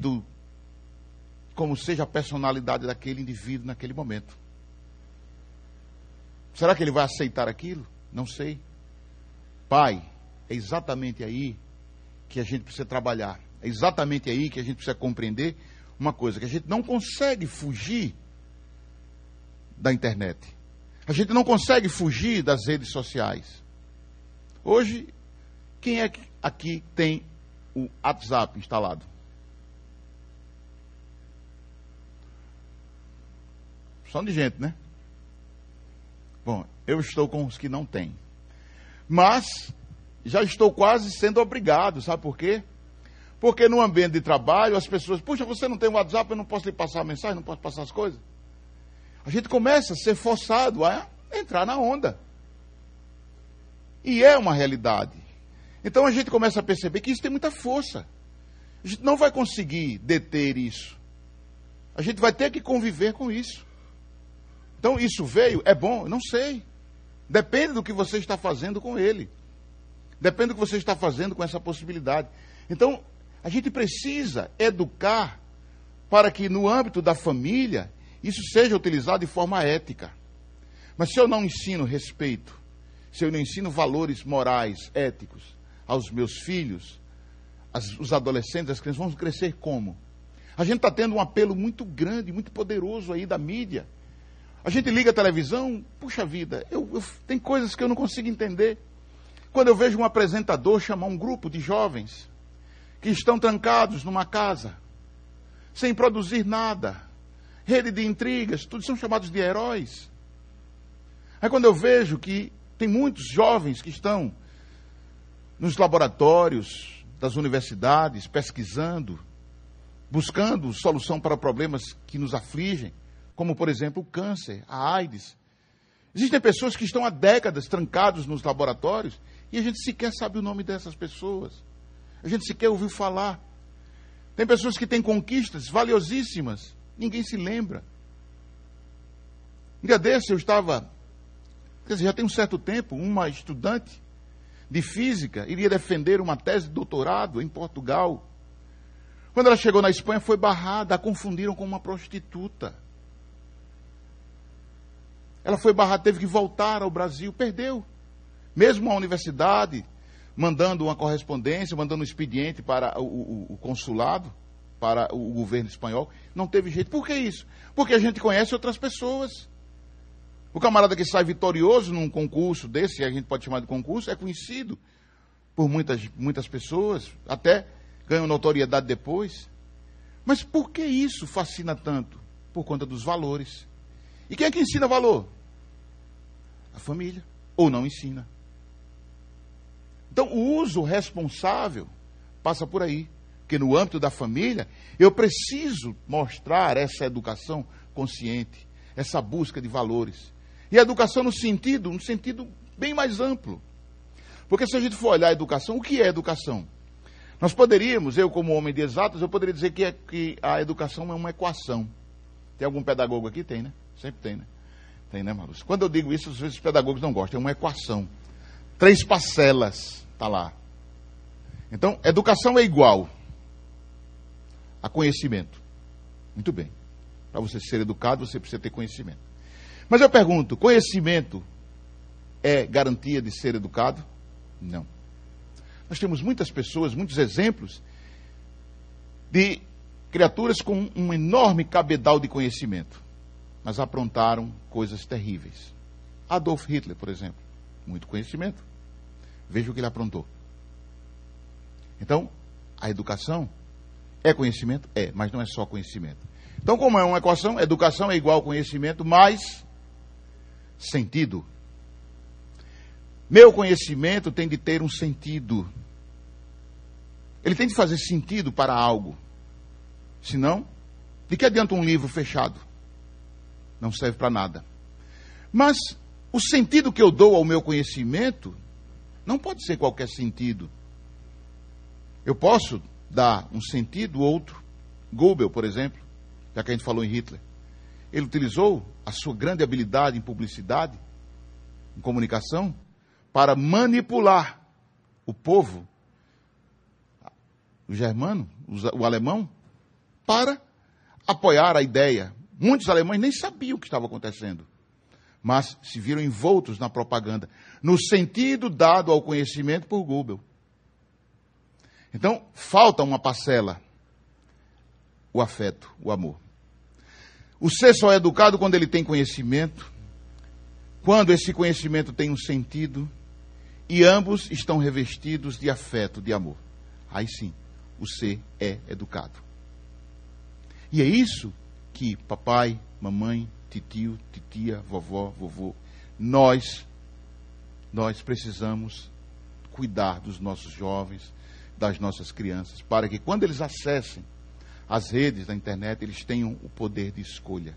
como seja a personalidade daquele indivíduo naquele momento. Será que ele vai aceitar aquilo? Não sei. Pai, é exatamente aí que a gente precisa trabalhar. É exatamente aí que a gente precisa compreender uma coisa, que a gente não consegue fugir da internet. A gente não consegue fugir das redes sociais. Hoje, quem é que aqui tem o WhatsApp instalado? São de gente, né? Bom, eu estou com os que não têm. Mas já estou quase sendo obrigado, sabe por quê? Porque no ambiente de trabalho as pessoas, puxa, você não tem WhatsApp, eu não posso lhe passar a mensagem, não posso passar as coisas. A gente começa a ser forçado a entrar na onda. E é uma realidade. Então a gente começa a perceber que isso tem muita força. A gente não vai conseguir deter isso. A gente vai ter que conviver com isso. Então isso veio, é bom? Eu não sei. Depende do que você está fazendo com ele. Depende do que você está fazendo com essa possibilidade. Então, a gente precisa educar para que no âmbito da família isso seja utilizado de forma ética. Mas se eu não ensino respeito, se eu não ensino valores morais, éticos aos meus filhos, os adolescentes, as crianças, vão crescer como? A gente está tendo um apelo muito grande, muito poderoso aí da mídia. A gente liga a televisão, puxa vida, tem coisas que eu não consigo entender. Quando eu vejo um apresentador chamar um grupo de jovens que estão trancados numa casa, sem produzir nada, rede de intrigas, todos são chamados de heróis. Aí quando eu vejo que tem muitos jovens que estão nos laboratórios das universidades, pesquisando, buscando solução para problemas que nos afligem, como, por exemplo, o câncer, a AIDS. Existem pessoas que estão há décadas trancados nos laboratórios e a gente sequer sabe o nome dessas pessoas. A gente sequer ouviu falar. Tem pessoas que têm conquistas valiosíssimas, ninguém se lembra. Um dia desse eu estava, já tem um certo tempo, uma estudante de física iria defender uma tese de doutorado em Portugal. Quando ela chegou na Espanha, foi barrada, a confundiram com uma prostituta. Ela foi barrada, teve que voltar ao Brasil, perdeu. Mesmo a universidade, mandando uma correspondência, mandando um expediente para o consulado, para o governo espanhol, não teve jeito. Por que isso? Porque a gente conhece outras pessoas. O camarada que sai vitorioso num concurso desse, a gente pode chamar de concurso, é conhecido por muitas pessoas, até ganham notoriedade depois. Mas por que isso fascina tanto? Por conta dos valores. E quem é que ensina valor? A família. Ou não ensina. Então, o uso responsável passa por aí. Porque no âmbito da família, eu preciso mostrar essa educação consciente, essa busca de valores. E a educação no sentido bem mais amplo. Porque se a gente for olhar a educação, o que é educação? Nós poderíamos, eu como homem de exatas, eu poderia dizer que a educação é uma equação. Tem algum pedagogo aqui? Tem, né? Sempre tem, né? Tem, né, Marlúcio? Quando eu digo isso, às vezes os pedagogos não gostam. É uma equação. 3 parcelas, está lá. Então, educação é igual a conhecimento. Muito bem. Para você ser educado, você precisa ter conhecimento. Mas eu pergunto, conhecimento é garantia de ser educado? Não. Nós temos muitas pessoas, muitos exemplos de criaturas com um enorme cabedal de conhecimento, mas aprontaram coisas terríveis. Adolf Hitler, por exemplo, muito conhecimento. Veja o que ele aprontou. Então, a educação é conhecimento? É, mas não é só conhecimento. Então, como é uma equação, educação é igual conhecimento, mais sentido. Meu conhecimento tem de ter um sentido. Ele tem de fazer sentido para algo. Senão, de que adianta um livro fechado? Não serve para nada. Mas o sentido que eu dou ao meu conhecimento não pode ser qualquer sentido. Eu posso dar um sentido, outro. Goebbels, por exemplo, já que a gente falou em Hitler, ele utilizou a sua grande habilidade em publicidade, em comunicação, para manipular o povo, o germano, o alemão, para apoiar a ideia. Muitos alemães nem sabiam o que estava acontecendo. mas se viram envoltos na propaganda, no sentido dado ao conhecimento por Google. Então, falta uma parcela, o afeto, o amor. O ser só é educado quando ele tem conhecimento, quando esse conhecimento tem um sentido, e ambos estão revestidos de afeto, de amor. Aí sim, o ser é educado. E é isso que papai, mamãe, titio, titia, vovó, vovô, nós precisamos cuidar dos nossos jovens, das nossas crianças, para que quando eles acessem as redes da internet, eles tenham o poder de escolha.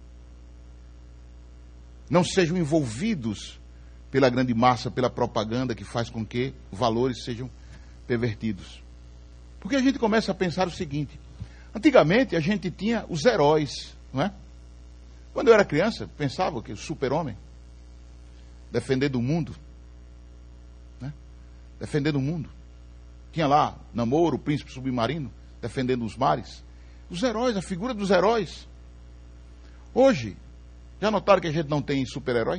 Não sejam envolvidos pela grande massa, pela propaganda que faz com que valores sejam pervertidos. Porque a gente começa a pensar o seguinte: antigamente a gente tinha os heróis, não é? Quando eu era criança, pensava que o super-homem, defendendo o mundo, né? Defendendo o mundo. Tinha lá Namoro, o príncipe submarino, defendendo os mares. Os heróis, a figura dos heróis. Hoje, já notaram que a gente não tem super-herói?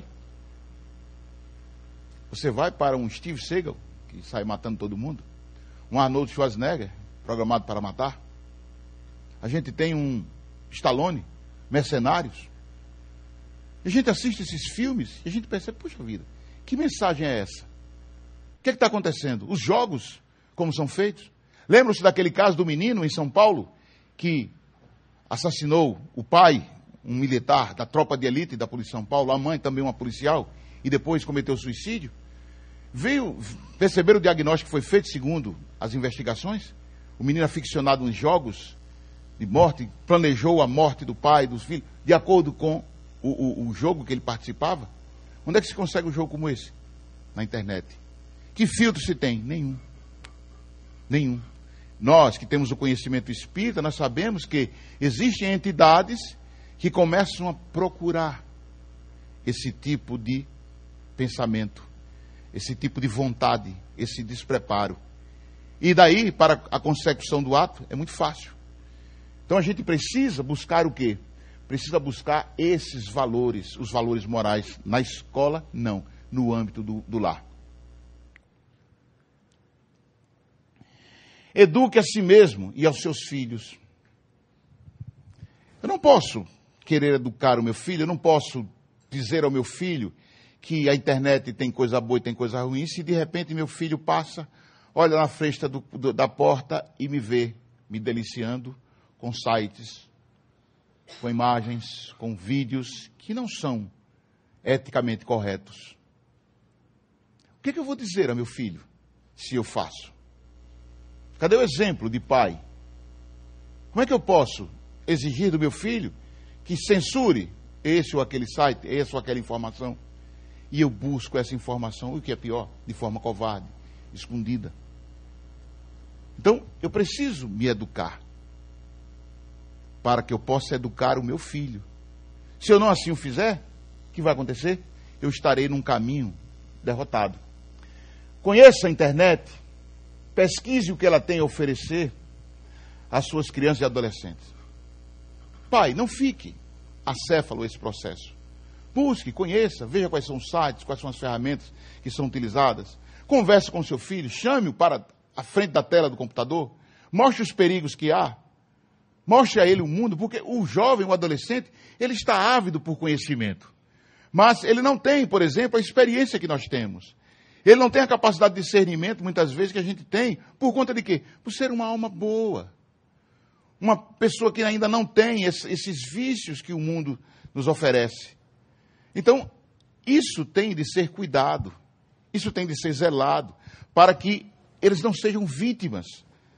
Você vai para um Steve Seagal, que sai matando todo mundo, um Arnold Schwarzenegger, programado para matar. A gente tem um Stallone, Mercenários. E a gente assiste esses filmes e a gente percebe, puxa vida, que mensagem é essa? O que está acontecendo? Os jogos, como são feitos? Lembram-se daquele caso do menino em São Paulo, que assassinou o pai, um militar da tropa de elite da Polícia de São Paulo, a mãe também uma policial, e depois cometeu suicídio? Perceberam o diagnóstico que foi feito segundo as investigações? O menino aficionado nos jogos de morte, planejou a morte do pai e dos filhos, de acordo com o jogo que ele participava. Onde é que se consegue um jogo como esse? Na internet. Que filtro se tem? Nenhum. Nenhum. Nós que temos o conhecimento espírita, nós sabemos que existem entidades que começam a procurar esse tipo de pensamento, esse tipo de vontade, esse despreparo. E daí, para a consecução do ato, é muito fácil. Então a gente precisa buscar o quê? Precisa buscar esses valores, os valores morais. Na escola, não. No âmbito do lar. Eduque a si mesmo e aos seus filhos. Eu não posso querer educar o meu filho, eu não posso dizer ao meu filho que a internet tem coisa boa e tem coisa ruim, se de repente meu filho passa, olha na fresta da porta e me vê me deliciando com sites, com imagens, com vídeos que não são eticamente corretos. O que é que eu vou dizer ao meu filho se eu faço? Cadê o exemplo de pai? Como é que eu posso exigir do meu filho que censure esse ou aquele site, essa ou aquela informação? E eu busco essa informação, o que é pior, de forma covarde, escondida. Então, eu preciso me educar para que eu possa educar o meu filho. Se eu não assim o fizer, o que vai acontecer? Eu estarei num caminho derrotado. Conheça a internet, pesquise o que ela tem a oferecer às suas crianças e adolescentes. Pai, não fique acéfalo esse processo. Busque, conheça, veja quais são os sites, quais são as ferramentas que são utilizadas. Converse com seu filho, chame-o para a frente da tela do computador, mostre os perigos que há, mostre a ele o mundo, porque o jovem, o adolescente, ele está ávido por conhecimento. Mas ele não tem, por exemplo, a experiência que nós temos. Ele não tem a capacidade de discernimento, muitas vezes, que a gente tem. Por conta de quê? Por ser uma alma boa. Uma pessoa que ainda não tem esses vícios que o mundo nos oferece. Então, isso tem de ser cuidado. Isso tem de ser zelado. Para que eles não sejam vítimas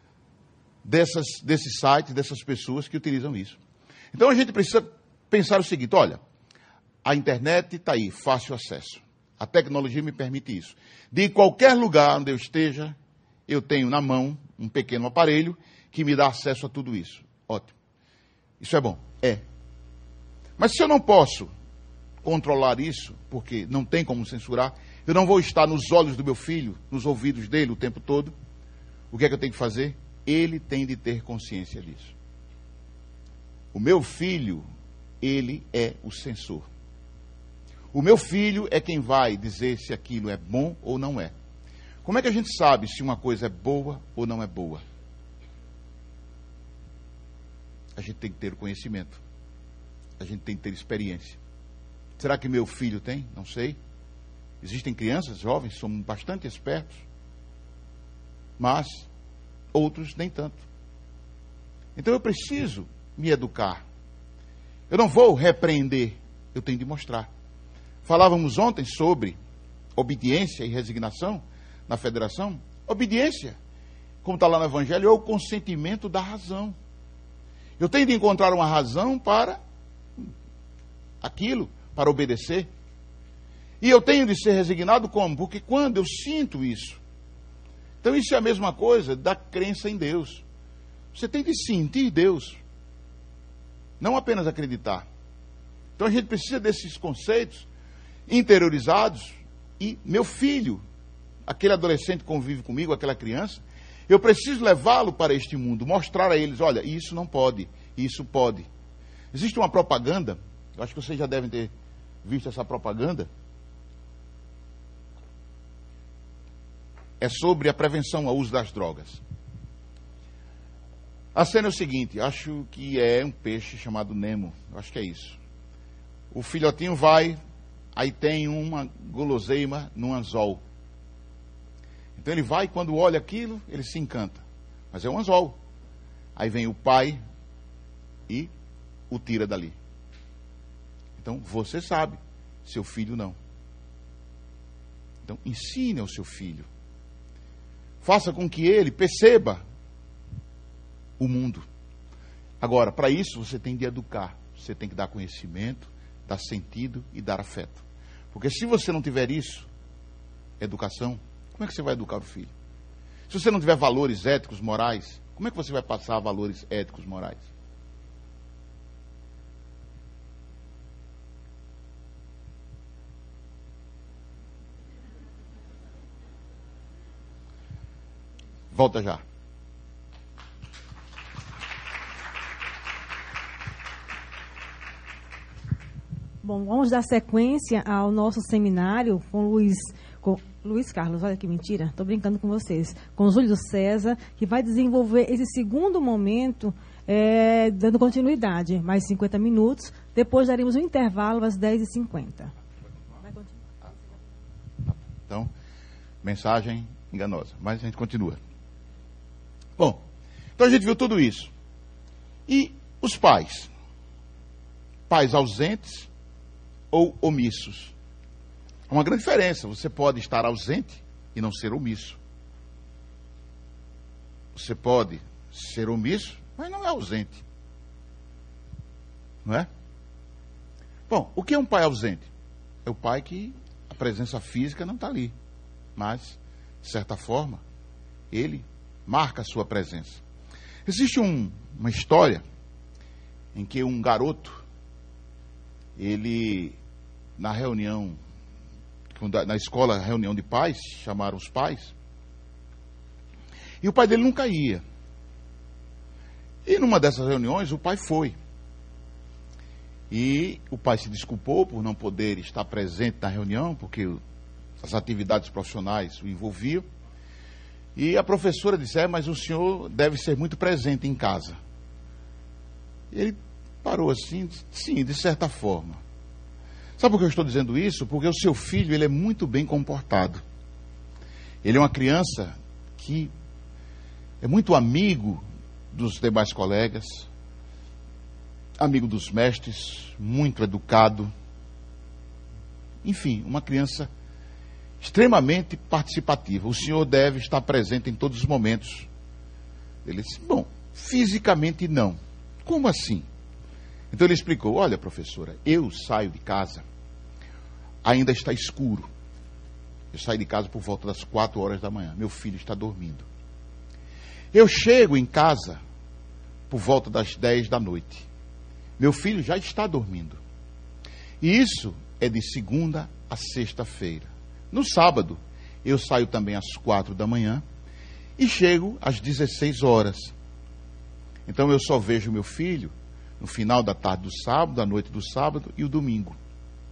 desses sites, dessas pessoas que utilizam isso. Então, a gente precisa pensar o seguinte: olha, a internet está aí, fácil acesso. A tecnologia me permite isso. De qualquer lugar onde eu esteja, eu tenho na mão um pequeno aparelho que me dá acesso a tudo isso. Ótimo. Isso é bom? É. Mas se eu não posso controlar isso, porque não tem como censurar, eu não vou estar nos olhos do meu filho, nos ouvidos dele o tempo todo, o que é que eu tenho que fazer? Ele tem de ter consciência disso. O meu filho, ele é o censor. O meu filho é quem vai dizer se aquilo é bom ou não é. Como é que a gente sabe se uma coisa é boa ou não é boa? A gente tem que ter o conhecimento. A gente tem que ter experiência. Será que meu filho tem? Não sei. Existem crianças jovens que são bastante espertos, mas outros nem tanto. Então eu preciso me educar. Eu não vou repreender, eu tenho de mostrar. Falávamos ontem sobre obediência e resignação na federação. Obediência, como está lá no Evangelho, é o consentimento da razão. Eu tenho de encontrar uma razão para aquilo, para obedecer. E eu tenho de ser resignado como? Porque quando eu sinto isso. Então isso é a mesma coisa da crença em Deus. Você tem de sentir Deus, não apenas acreditar. Então a gente precisa desses conceitos interiorizados. E meu filho, aquele adolescente que convive comigo, aquela criança, eu preciso levá-lo para este mundo, mostrar a eles, olha, isso não pode, isso pode. Existe uma propaganda, eu acho que vocês já devem ter visto essa propaganda, é sobre a prevenção ao uso das drogas. A cena é o seguinte, acho que é um peixe chamado Nemo, acho que é isso. O filhotinho vai, aí tem uma guloseima num anzol. Então ele vai, quando olha aquilo, ele se encanta. Mas é um anzol. Aí vem o pai e o tira dali. Então você sabe, seu filho não. Então ensine ao seu filho. Faça com que ele perceba o mundo. Agora, para isso você tem de educar. Você tem que dar conhecimento, dar sentido e dar afeto. Porque se você não tiver isso, educação, como é que você vai educar o filho? Se você não tiver valores éticos, morais, como é que você vai passar valores éticos, morais? Volta já. Bom, vamos dar sequência ao nosso seminário com Luiz Carlos, olha que mentira, estou brincando com vocês, com Júlio César, que vai desenvolver esse segundo momento, dando continuidade, mais 50 minutos, depois daremos um intervalo às 10h50. Então, mensagem enganosa, mas a gente continua. Bom, então a gente viu tudo isso. E os pais? Pais ausentes ou omissos? Há uma grande diferença. Você pode estar ausente e não ser omisso. Você pode ser omisso, mas não é ausente. Não é? Bom, o que é um pai ausente? É o pai que a presença física não está ali. Mas, de certa forma, ele marca a sua presença. Existe uma história em que um garoto, ele, na reunião, na escola, reunião de pais, chamaram os pais, e o pai dele nunca ia. E numa dessas reuniões, o pai foi. E o pai se desculpou por não poder estar presente na reunião, porque as atividades profissionais o envolviam. E a professora disse, mas o senhor deve ser muito presente em casa. E ele parou assim, disse, sim, de certa forma. Sabe por que eu estou dizendo isso? Porque o seu filho, ele é muito bem comportado. Ele é uma criança que é muito amigo dos demais colegas, amigo dos mestres, muito educado. Enfim, uma criança extremamente participativa. O senhor deve estar presente em todos os momentos. Ele disse, bom, fisicamente não. Como assim? Então ele explicou, olha professora, eu saio de casa, ainda está escuro. Eu saio de casa por volta das 4 horas da manhã. Meu filho está dormindo. Eu chego em casa por volta das 10 da noite. Meu filho já está dormindo. E isso é de segunda a sexta-feira. No sábado, eu saio também às 4 da manhã e chego às 16 horas. Então eu só vejo meu filho no final da tarde do sábado, da noite do sábado e o domingo.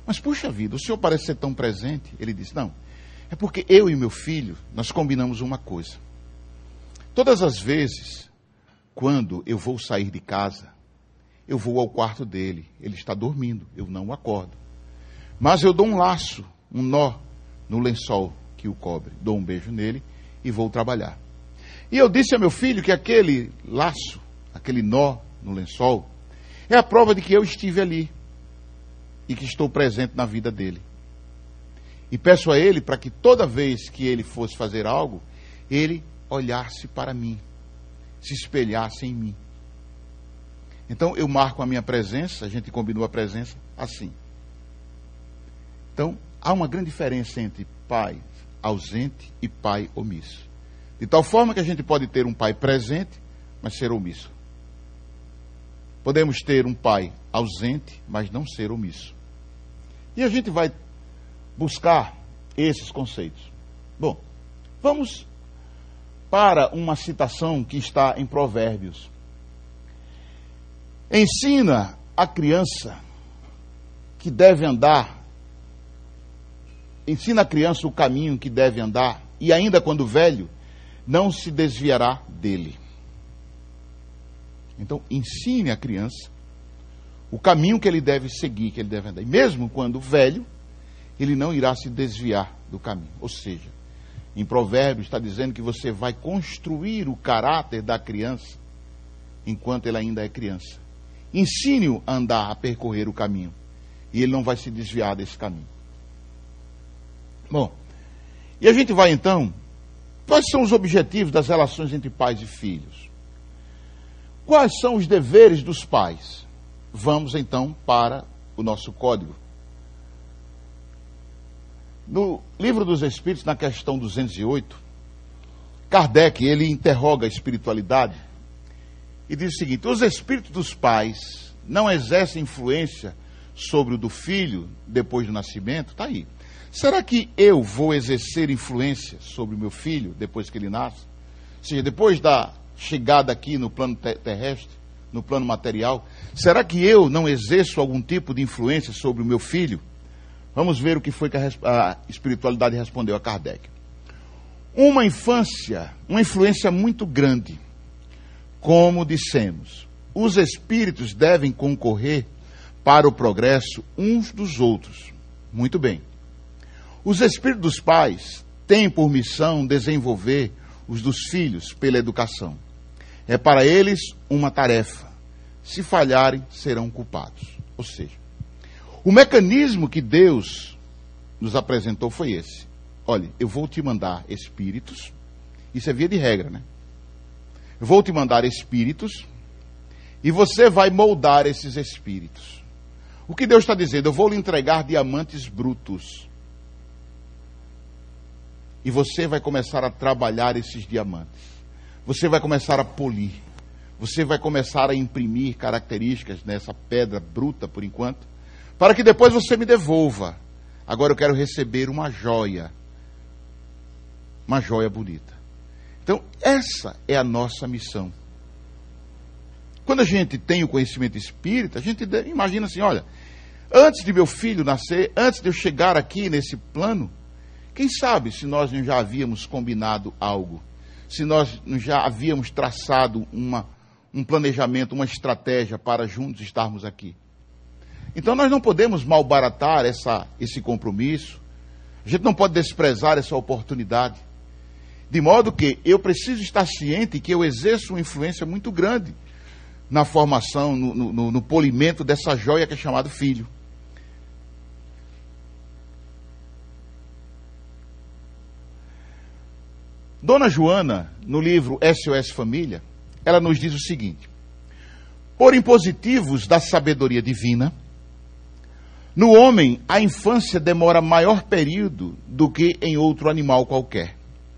Mas, puxa vida, o senhor parece ser tão presente. Ele disse, não, é porque eu e meu filho, nós combinamos uma coisa. Todas as vezes, quando eu vou sair de casa, eu vou ao quarto dele. Ele está dormindo, eu não o acordo. Mas eu dou um laço, um nó no lençol que o cobre. Dou um beijo nele e vou trabalhar. E eu disse a meu filho que aquele laço, aquele nó no lençol, é a prova de que eu estive ali e que estou presente na vida dele. E peço a ele para que toda vez que ele fosse fazer algo, ele olhasse para mim, se espelhasse em mim. Então eu marco a minha presença, a gente combinou a presença assim. Então há uma grande diferença entre pai ausente e pai omisso. De tal forma que a gente pode ter um pai presente, mas ser omisso. Podemos ter um pai ausente, mas não ser omisso. E a gente vai buscar esses conceitos. Bom, vamos para uma citação que está em Provérbios. Ensina a criança que deve andar, ensina a criança o caminho que deve andar, e ainda quando velho, não se desviará dele. Então, ensine a criança o caminho que ele deve seguir, que ele deve andar. E mesmo quando velho, ele não irá se desviar do caminho. Ou seja, em Provérbios está dizendo que você vai construir o caráter da criança enquanto ele ainda é criança. Ensine-o a andar, a percorrer o caminho. E ele não vai se desviar desse caminho. Bom, e a gente vai então, quais são os objetivos das relações entre pais e filhos? Quais são os deveres dos pais? Vamos então para o nosso código. No Livro dos Espíritos, na questão 208, Kardec, ele interroga a espiritualidade e diz o seguinte: os espíritos dos pais não exercem influência sobre o do filho depois do nascimento? Está aí. Será que eu vou exercer influência sobre o meu filho depois que ele nasce? Ou seja, depois da chegada aqui no plano terrestre, no plano material, será que eu não exerço algum tipo de influência sobre o meu filho? Vamos ver o que foi que a espiritualidade respondeu a Kardec. Uma influência muito grande. Como dissemos, os espíritos devem concorrer para o progresso uns dos outros. Muito bem. Os espíritos dos pais têm por missão desenvolver os dos filhos pela educação. É para eles uma tarefa. Se falharem, serão culpados. Ou seja, o mecanismo que Deus nos apresentou foi esse. Olha, eu vou te mandar espíritos, isso é via de regra, né? Eu vou te mandar espíritos e você vai moldar esses espíritos. O que Deus está dizendo? Eu vou lhe entregar diamantes brutos. E você vai começar a trabalhar esses diamantes. Você vai começar a polir. Você vai começar a imprimir características nessa pedra bruta, por enquanto, para que depois você me devolva. Agora eu quero receber uma joia bonita. Então, essa é a nossa missão. Quando a gente tem o conhecimento espírita, a gente imagina assim, olha, antes de meu filho nascer, antes de eu chegar aqui nesse plano, quem sabe se nós não já havíamos combinado algo, se nós não já havíamos traçado um planejamento, uma estratégia para juntos estarmos aqui. Então nós não podemos malbaratar esse compromisso, a gente não pode desprezar essa oportunidade, de modo que eu preciso estar ciente que eu exerço uma influência muito grande na formação, no polimento dessa joia que é chamado filho. Dona Joana, no livro SOS Família, ela nos diz o seguinte: por impositivos da sabedoria divina, no homem a infância demora maior período do que em outro animal qualquer.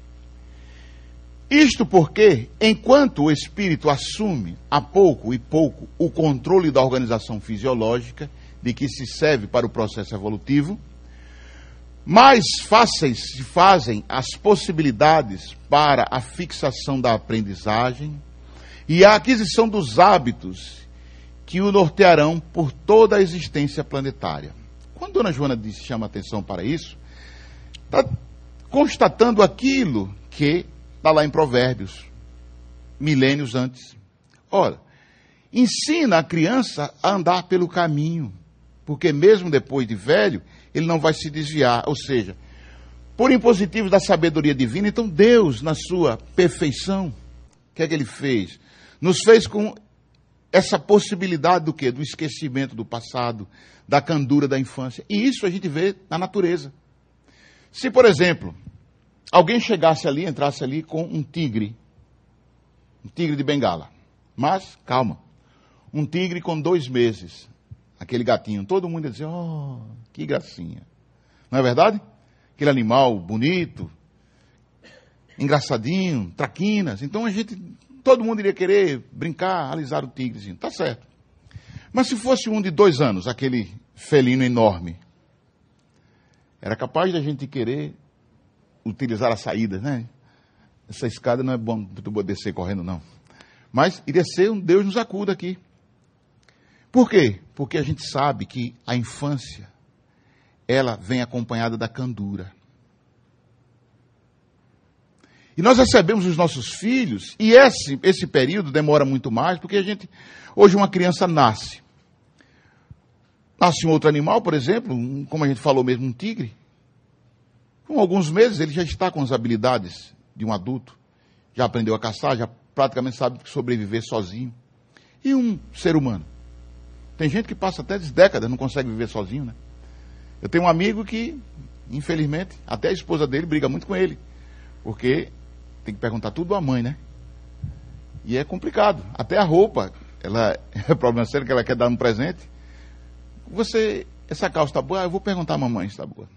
Isto porque, enquanto o espírito assume a pouco e pouco o controle da organização fisiológica de que se serve para o processo evolutivo, mais fáceis se fazem as possibilidades para a fixação da aprendizagem e a aquisição dos hábitos que o nortearão por toda a existência planetária. Quando Dona Joana chama atenção para isso, está constatando aquilo que está lá em Provérbios, milênios antes. Ora, ensina a criança a andar pelo caminho, porque mesmo depois de velho, ele não vai se desviar. Ou seja, por impositivo da sabedoria divina, então Deus, na sua perfeição, o que é que ele fez? Nos fez com essa possibilidade do quê? Do esquecimento do passado, da candura da infância. E isso a gente vê na natureza. Se, por exemplo, alguém chegasse ali, entrasse ali com um tigre de Bengala. Mas, calma, um tigre com 2 meses, aquele gatinho, todo mundo ia dizer, oh, que gracinha. Não é verdade? Aquele animal bonito, engraçadinho, traquinas. Então todo mundo iria querer brincar, alisar o tigrezinho. Tá certo. Mas se fosse um de 2 anos, aquele felino enorme, era capaz da gente querer utilizar a saída, né? Essa escada não é bom tu descer correndo, não. Mas iria ser um Deus nos acuda aqui. Por quê? Porque a gente sabe que a infância, ela vem acompanhada da candura. E nós recebemos os nossos filhos, e esse período demora muito mais, porque hoje uma criança nasce. Nasce um outro animal, por exemplo, como a gente falou mesmo, um tigre. Com alguns meses ele já está com as habilidades de um adulto, já aprendeu a caçar, já praticamente sabe sobreviver sozinho. E um ser humano? Tem gente que passa até décadas, não consegue viver sozinho, né? Eu tenho um amigo que, infelizmente, até a esposa dele briga muito com ele, porque tem que perguntar tudo à mãe, né? E é complicado. Até a roupa, é problema sério que ela quer dar um presente. Essa calça está boa? Eu vou perguntar à mamãe se está boa.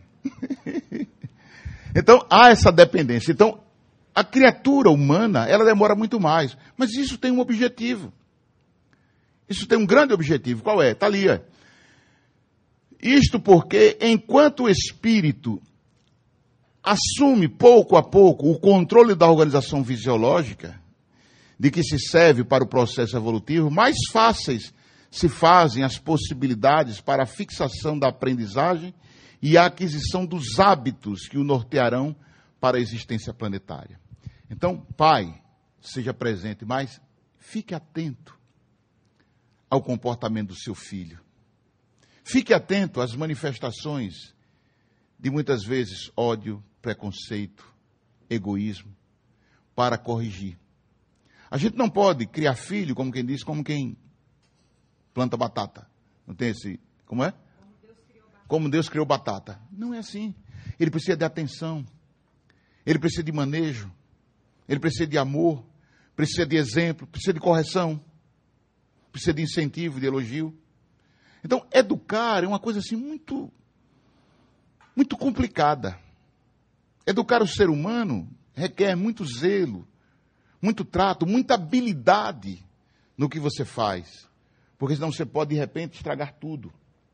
Então, há essa dependência. Então, a criatura humana, ela demora muito mais. Mas isso tem um objetivo. Isso tem um grande objetivo. Qual é? Está ali, ó. Isto porque, enquanto o espírito assume pouco a pouco o controle da organização fisiológica, de que se serve para o processo evolutivo, mais fáceis se fazem as possibilidades para a fixação da aprendizagem e a aquisição dos hábitos que o nortearão para a existência planetária. Então, pai, seja presente, mas fique atento ao comportamento do seu filho. Fique atento às manifestações de muitas vezes ódio, preconceito, egoísmo, para corrigir. A gente não pode criar filho, como quem diz, como quem planta batata. Não tem esse... Como é? Como Deus criou batata. Não é assim. Ele precisa de atenção. Ele precisa de manejo. Ele precisa de amor. Precisa de exemplo. Precisa de correção. Precisa de incentivo, de elogio. Então, educar é uma coisa assim muito complicada. Educar o ser humano requer muito zelo, muito trato, muita habilidade no que você faz. Porque senão você pode, de repente, estragar tudo.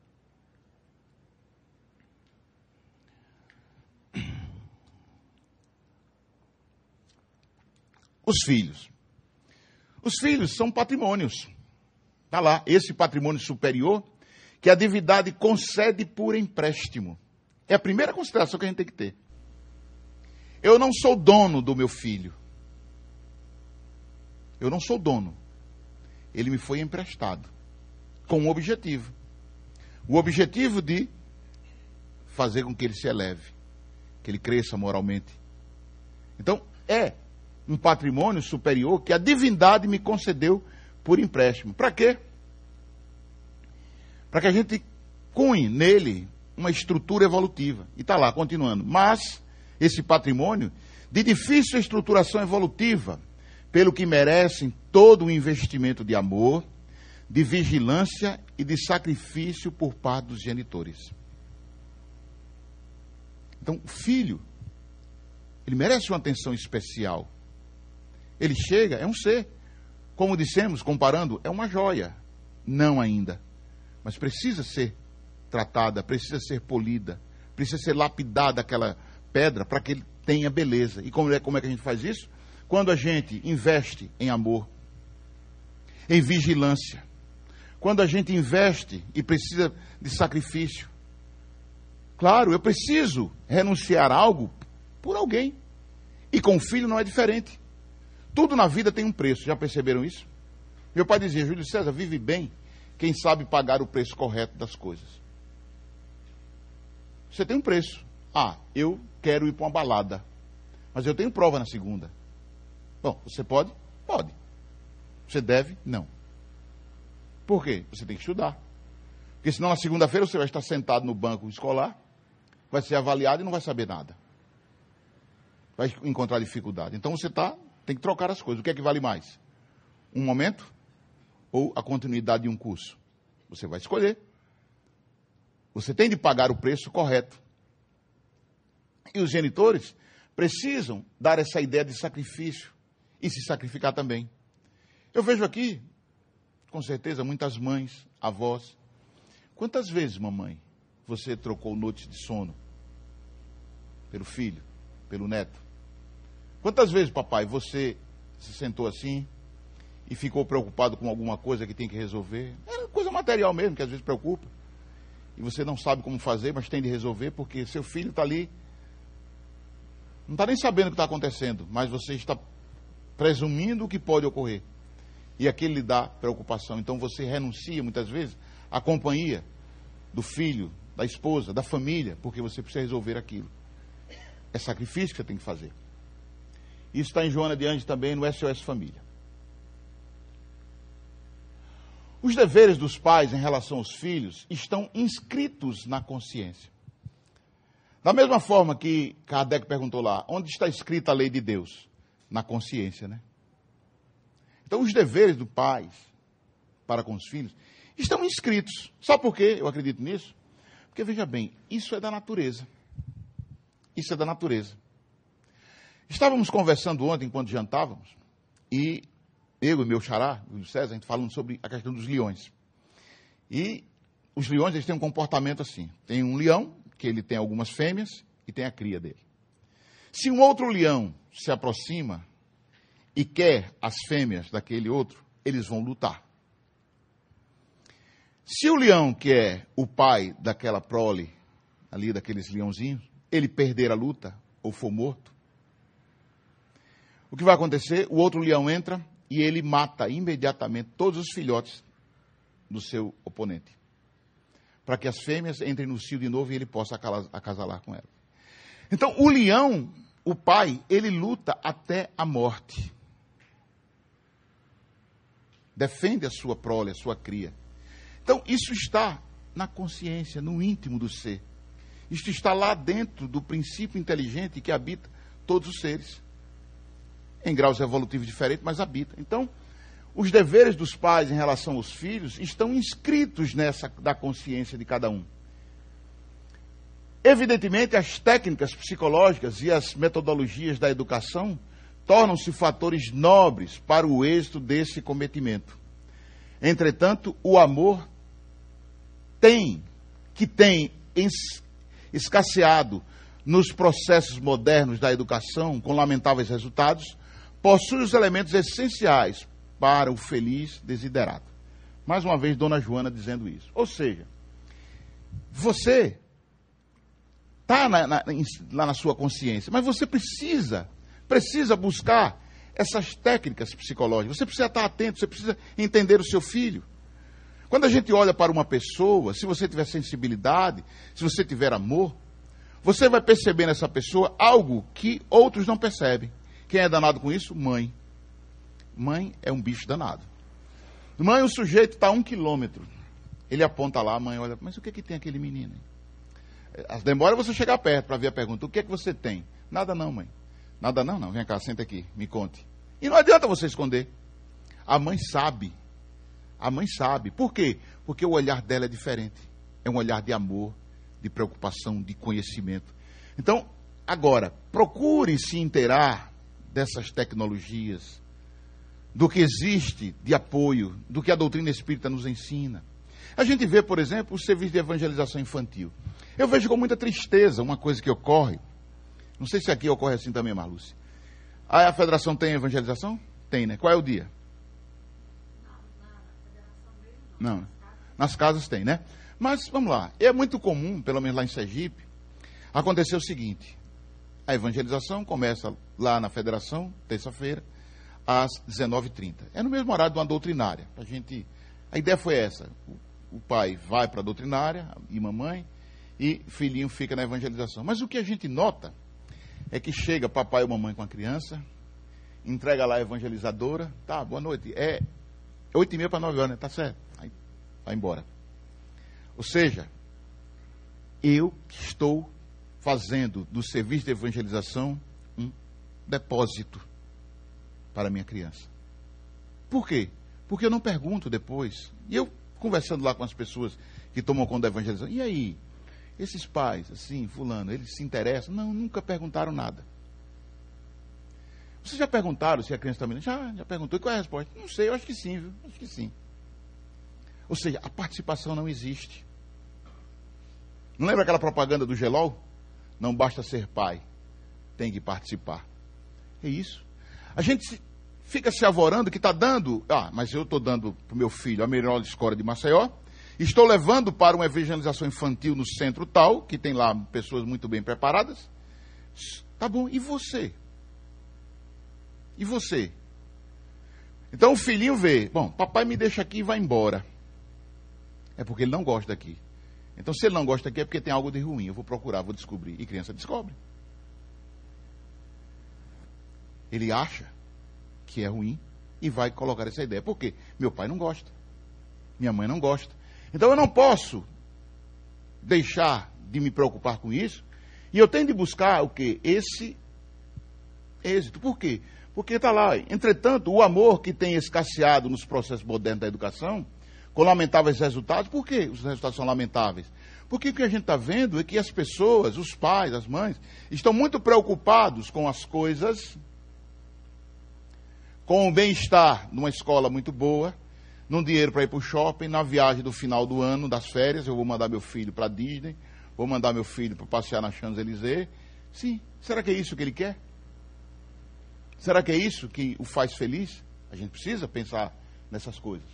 Os filhos. Os filhos são patrimônios. Está lá, esse patrimônio superior que a divindade concede por empréstimo. É a primeira consideração que a gente tem que ter. Eu não sou dono do meu filho. Eu não sou dono. Ele me foi emprestado. Com um objetivo. O objetivo de fazer com que ele se eleve. Que ele cresça moralmente. Então, é um patrimônio superior que a divindade me concedeu por empréstimo. Para quê? Para que a gente cunhe nele uma estrutura evolutiva. E está lá, continuando. Mas, esse patrimônio, de difícil estruturação evolutiva, pelo que merecem todo o investimento de amor, de vigilância e de sacrifício por parte dos genitores. Então, o filho, ele merece uma atenção especial. Ele chega, é um ser. Como dissemos, comparando, é uma joia. Não ainda. Mas precisa ser tratada, precisa ser polida, precisa ser lapidada aquela pedra para que ele tenha beleza. E como é que a gente faz isso? Quando a gente investe em amor, em vigilância, quando a gente investe e precisa de sacrifício, Claro, eu preciso renunciar a algo por alguém. E com o filho não é diferente. Tudo na vida tem um preço, já perceberam isso? Meu pai dizia, Júlio César, vive bem quem sabe pagar o preço correto das coisas. Você tem um preço. Ah, eu quero ir para uma balada, mas eu tenho prova na segunda. Bom, você pode? Pode. Você deve? Não. Por quê? Você tem que estudar. Porque senão na segunda-feira você vai estar sentado no banco escolar, vai ser avaliado e não vai saber nada. Vai encontrar dificuldade. Então você tem que trocar as coisas. O que é que vale mais? Um momento ou a continuidade de um curso? Você vai escolher. Você tem de pagar o preço correto. E os genitores precisam dar essa ideia de sacrifício e se sacrificar também. Eu vejo aqui, com certeza, muitas mães, avós. Quantas vezes, mamãe, você trocou noites de sono pelo filho, pelo neto? Quantas vezes, papai, você se sentou assim e ficou preocupado com alguma coisa que tem que resolver? É coisa material mesmo, que às vezes preocupa. E você não sabe como fazer, mas tem de resolver, porque seu filho está ali, não está nem sabendo o que está acontecendo, mas você está presumindo o que pode ocorrer. E aquilo lhe dá preocupação. Então você renuncia, muitas vezes, à companhia do filho, da esposa, da família, porque você precisa resolver aquilo. É sacrifício que você tem que fazer. Isso está em Joana de Anjos também, no SOS Família. Os deveres dos pais em relação aos filhos estão inscritos na consciência. Da mesma forma que Kardec perguntou lá, onde está escrita a lei de Deus? Na consciência, né? Então, os deveres do pai para com os filhos estão inscritos. Sabe por quê eu acredito nisso? Porque, veja bem, isso é da natureza. Isso é da natureza. Estávamos conversando ontem, enquanto jantávamos, e eu e meu xará, Júlio César, a gente falando sobre a questão dos leões. E os leões, eles têm um comportamento assim. Tem um leão, que ele tem algumas fêmeas, e tem a cria dele. Se um outro leão se aproxima e quer as fêmeas daquele outro, eles vão lutar. Se o leão, que é o pai daquela prole, ali daqueles leãozinhos, ele perder a luta, ou for morto, o que vai acontecer? O outro leão entra e ele mata imediatamente todos os filhotes do seu oponente, para que as fêmeas entrem no cio de novo e ele possa acasalar com ela. Então, o leão, o pai, ele luta até a morte. Defende a sua prole, a sua cria. Então, isso está na consciência, no íntimo do ser. Isto está lá dentro do princípio inteligente que habita todos os seres. Em graus evolutivos diferentes, mas habita. Então, os deveres dos pais em relação aos filhos estão inscritos nessa da consciência de cada um. Evidentemente, as técnicas psicológicas e as metodologias da educação tornam-se fatores nobres para o êxito desse cometimento. Entretanto, o amor tem escasseado nos processos modernos da educação, com lamentáveis resultados, possui os elementos essenciais para o feliz desiderato. Mais uma vez, Dona Joana dizendo isso. Ou seja, você está lá na sua consciência, mas você precisa buscar essas técnicas psicológicas. Você precisa estar atento, você precisa entender o seu filho. Quando a gente olha para uma pessoa, se você tiver sensibilidade, se você tiver amor, você vai perceber nessa pessoa algo que outros não percebem. Quem é danado com isso? Mãe. Mãe é um bicho danado. Mãe, o sujeito está a 1 quilômetro. Ele aponta lá, a mãe olha, mas o que tem aquele menino? Demora você chegar perto para ver a pergunta. O que é que você tem? Nada não, mãe. Nada não, não. Vem cá, senta aqui, me conte. E não adianta você esconder. A mãe sabe. A mãe sabe. Por quê? Porque o olhar dela é diferente. É um olhar de amor, de preocupação, de conhecimento. Então, agora, procure se inteirar dessas tecnologias, do que existe de apoio, do que a doutrina espírita nos ensina. A gente vê, por exemplo, o serviço de evangelização infantil. Eu vejo com muita tristeza uma coisa que ocorre. Não sei se aqui ocorre assim também, Marlúcia. A federação tem evangelização? Tem, né? Qual é o dia? Não. Nas casas tem, né? Mas, vamos lá, é muito comum, pelo menos lá em Sergipe, acontecer o seguinte: a evangelização começa lá na federação, terça-feira, às 19h30. É no mesmo horário de uma doutrinária. A ideia foi essa: o pai vai para a doutrinária, e mamãe, e filhinho fica na evangelização. Mas o que a gente nota é que chega papai ou mamãe com a criança, entrega lá a evangelizadora, tá, boa noite, é 8h30 para 9 horas, né? Tá certo, aí vai embora. Ou seja, eu estou fazendo do serviço de evangelização um depósito para a minha criança. Por quê? Porque eu não pergunto depois. E eu, conversando lá com as pessoas que tomam conta da evangelização, e aí, esses pais, assim, fulano, eles se interessam? Não, nunca perguntaram nada. Vocês já perguntaram se a criança está mirando? Já perguntou. E qual é a resposta? Não sei, eu acho que sim, viu? Acho que sim. Ou seja, a participação não existe. Não lembra aquela propaganda do Gelol? Não basta ser pai, tem que participar. É isso. A gente fica se avorando que está dando, mas eu estou dando para o meu filho a melhor escola de Maceió, estou levando para uma evangelização infantil no centro tal, que tem lá pessoas muito bem preparadas. Tá bom, e você? E você? Então o filhinho vê, bom, papai me deixa aqui e vai embora. É porque ele não gosta daqui. Então se ele não gosta daqui é porque tem algo de ruim. Eu vou procurar, vou descobrir. E criança descobre. Ele acha que é ruim e vai colocar essa ideia. Por quê? Meu pai não gosta. Minha mãe não gosta. Então eu não posso deixar de me preocupar com isso. E eu tenho de buscar o quê? Esse êxito. Por quê? Porque está lá. Entretanto, o amor que tem escasseado nos processos modernos da educação, com lamentáveis resultados. Por que os resultados são lamentáveis? Porque o que a gente está vendo é que as pessoas, os pais, as mães, estão muito preocupados com as coisas, com o bem-estar numa escola muito boa, num dinheiro para ir para o shopping, na viagem do final do ano, das férias. Eu vou mandar meu filho para a Disney, vou mandar meu filho para passear na Champs-Élysées. Sim, será que é isso que ele quer? Será que é isso que o faz feliz? A gente precisa pensar nessas coisas.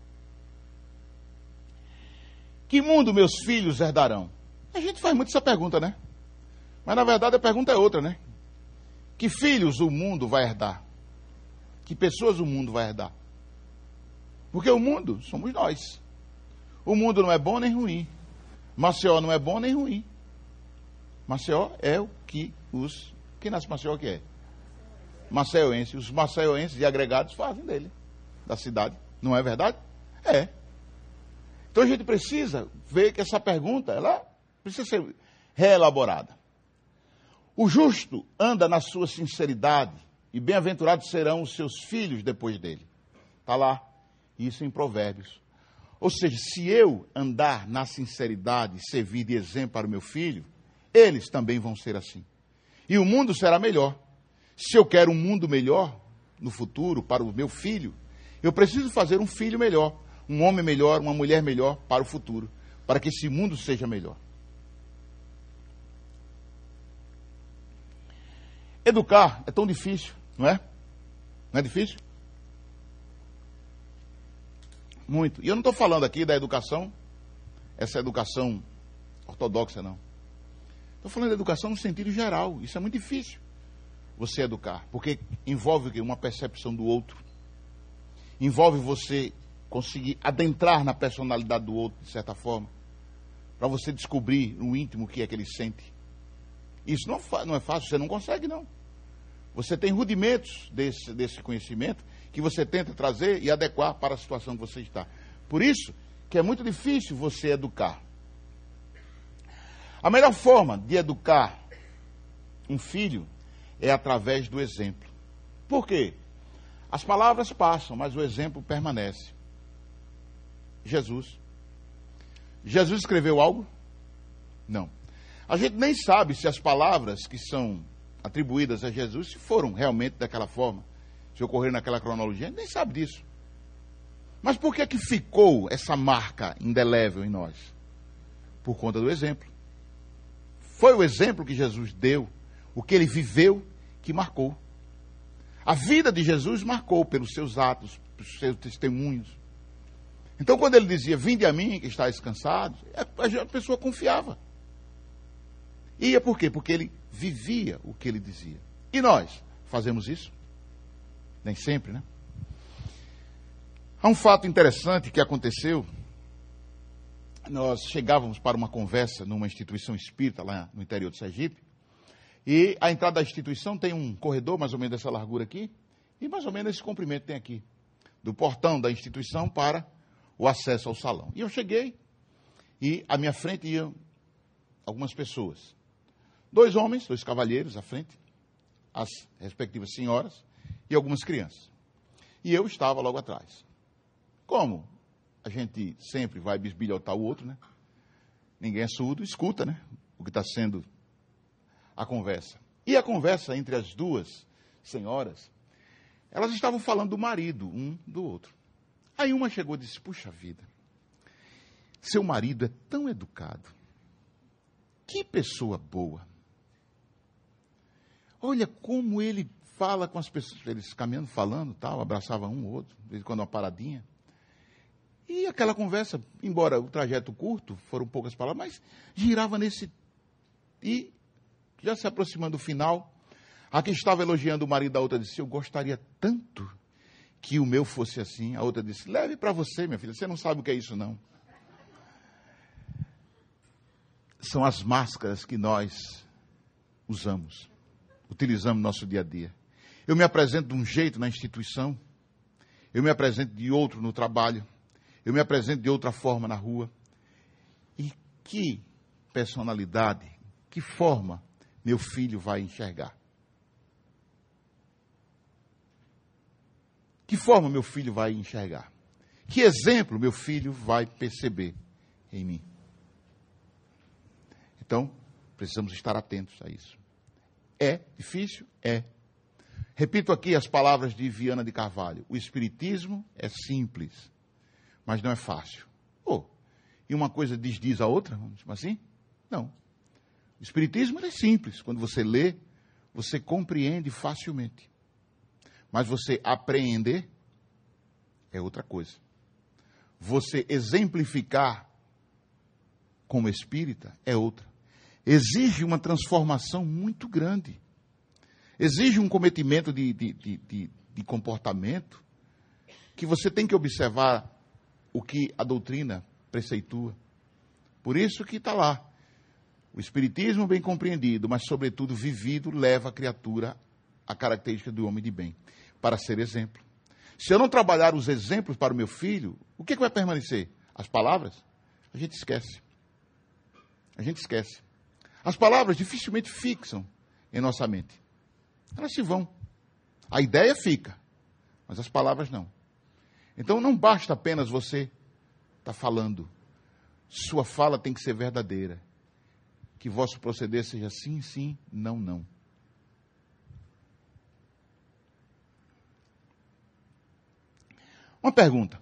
Que mundo meus filhos herdarão? A gente faz muito essa pergunta, né? Mas na verdade a pergunta é outra, né? Que filhos o mundo vai herdar? Que pessoas o mundo vai herdar? Porque o mundo somos nós. O mundo não é bom nem ruim. Maceió não é bom nem ruim. Maceió é o que os... Quem nasce em Maceió que é? Maceioense. Os maceioenses e agregados fazem dele, da cidade. Não é verdade? É. Então a gente precisa ver que essa pergunta, ela precisa ser reelaborada. O justo anda na sua sinceridade, e bem-aventurados serão os seus filhos depois dele. Está lá, isso em Provérbios. Ou seja, se eu andar na sinceridade e servir de exemplo para o meu filho, eles também vão ser assim. E o mundo será melhor. Se eu quero um mundo melhor no futuro para o meu filho, eu preciso fazer um filho melhor, um homem melhor, uma mulher melhor para o futuro, para que esse mundo seja melhor. Educar é tão difícil, não é? Não é difícil? Muito. E eu não estou falando aqui da educação, essa educação ortodoxa, não. Estou falando da educação no sentido geral. Isso é muito difícil, você educar, porque envolve uma percepção do outro. Envolve você conseguir adentrar na personalidade do outro, de certa forma, para você descobrir no íntimo o que é que ele sente. Isso não é fácil, você não consegue, não. Você tem rudimentos desse conhecimento que você tenta trazer e adequar para a situação que você está. Por isso que é muito difícil você educar. A melhor forma de educar um filho é através do exemplo. Por quê? As palavras passam, mas o exemplo permanece. Jesus escreveu algo? Não. A gente nem sabe se as palavras que são atribuídas a Jesus se foram realmente daquela forma, se ocorreram naquela cronologia, a gente nem sabe disso. Mas por que ficou essa marca indelével em nós? Por conta do exemplo. Foi o exemplo que Jesus deu, o que ele viveu, que marcou. A vida de Jesus marcou pelos seus atos, pelos seus testemunhos. Então, quando ele dizia, vinde a mim, que estáis cansados, a pessoa confiava. Ia por quê? Porque ele vivia o que ele dizia. E nós fazemos isso? Nem sempre, né? Há um fato interessante que aconteceu. Nós chegávamos para uma conversa numa instituição espírita lá no interior de Sergipe. E a entrada da instituição tem um corredor, mais ou menos dessa largura aqui. E mais ou menos esse comprimento tem aqui. Do portão da instituição para o acesso ao salão. E eu cheguei e à minha frente iam algumas pessoas. 2 homens, 2 cavalheiros à frente, as respectivas senhoras e algumas crianças. E eu estava logo atrás. Como a gente sempre vai bisbilhotar o outro, né? Ninguém é surdo, escuta, né? O que está sendo a conversa. E a conversa entre as 2 senhoras, elas estavam falando do marido, um do outro. Aí uma chegou e disse, puxa vida, seu marido é tão educado. Que pessoa boa. Olha como ele fala com as pessoas, eles caminhando, falando, tal, abraçava um ou outro, de vez em quando uma paradinha. E aquela conversa, embora o trajeto curto, foram poucas palavras, mas girava nesse... E, já se aproximando do final, a que estava elogiando o marido da outra disse, eu gostaria tanto que o meu fosse assim. A outra disse, leve para você, minha filha, você não sabe o que é isso, não. São as máscaras que nós usamos, utilizamos no nosso dia a dia. Eu me apresento de um jeito na instituição, eu me apresento de outro no trabalho, eu me apresento de outra forma na rua. E que personalidade, que forma meu filho vai enxergar? Que forma meu filho vai enxergar? Que exemplo meu filho vai perceber em mim? Então, precisamos estar atentos a isso. É difícil? É. Repito aqui as palavras de Viana de Carvalho. O espiritismo é simples, mas não é fácil. E uma coisa diz a outra, vamos chamar assim? Não. O espiritismo é simples. Quando você lê, você compreende facilmente. Mas você apreender é outra coisa. Você exemplificar como espírita é outra. Exige uma transformação muito grande. Exige um cometimento de comportamento que você tem que observar o que a doutrina preceitua. Por isso que está lá. O espiritismo bem compreendido, mas sobretudo vivido, leva a criatura à característica do homem de bem, para ser exemplo. Se eu não trabalhar os exemplos para o meu filho, o que vai permanecer? As palavras? A gente esquece. A gente esquece. As palavras dificilmente fixam em nossa mente. Elas se vão. A ideia fica, mas as palavras não. Então não basta apenas você estar falando. Sua fala tem que ser verdadeira. Que vosso proceder seja sim, sim, não, não. Uma pergunta.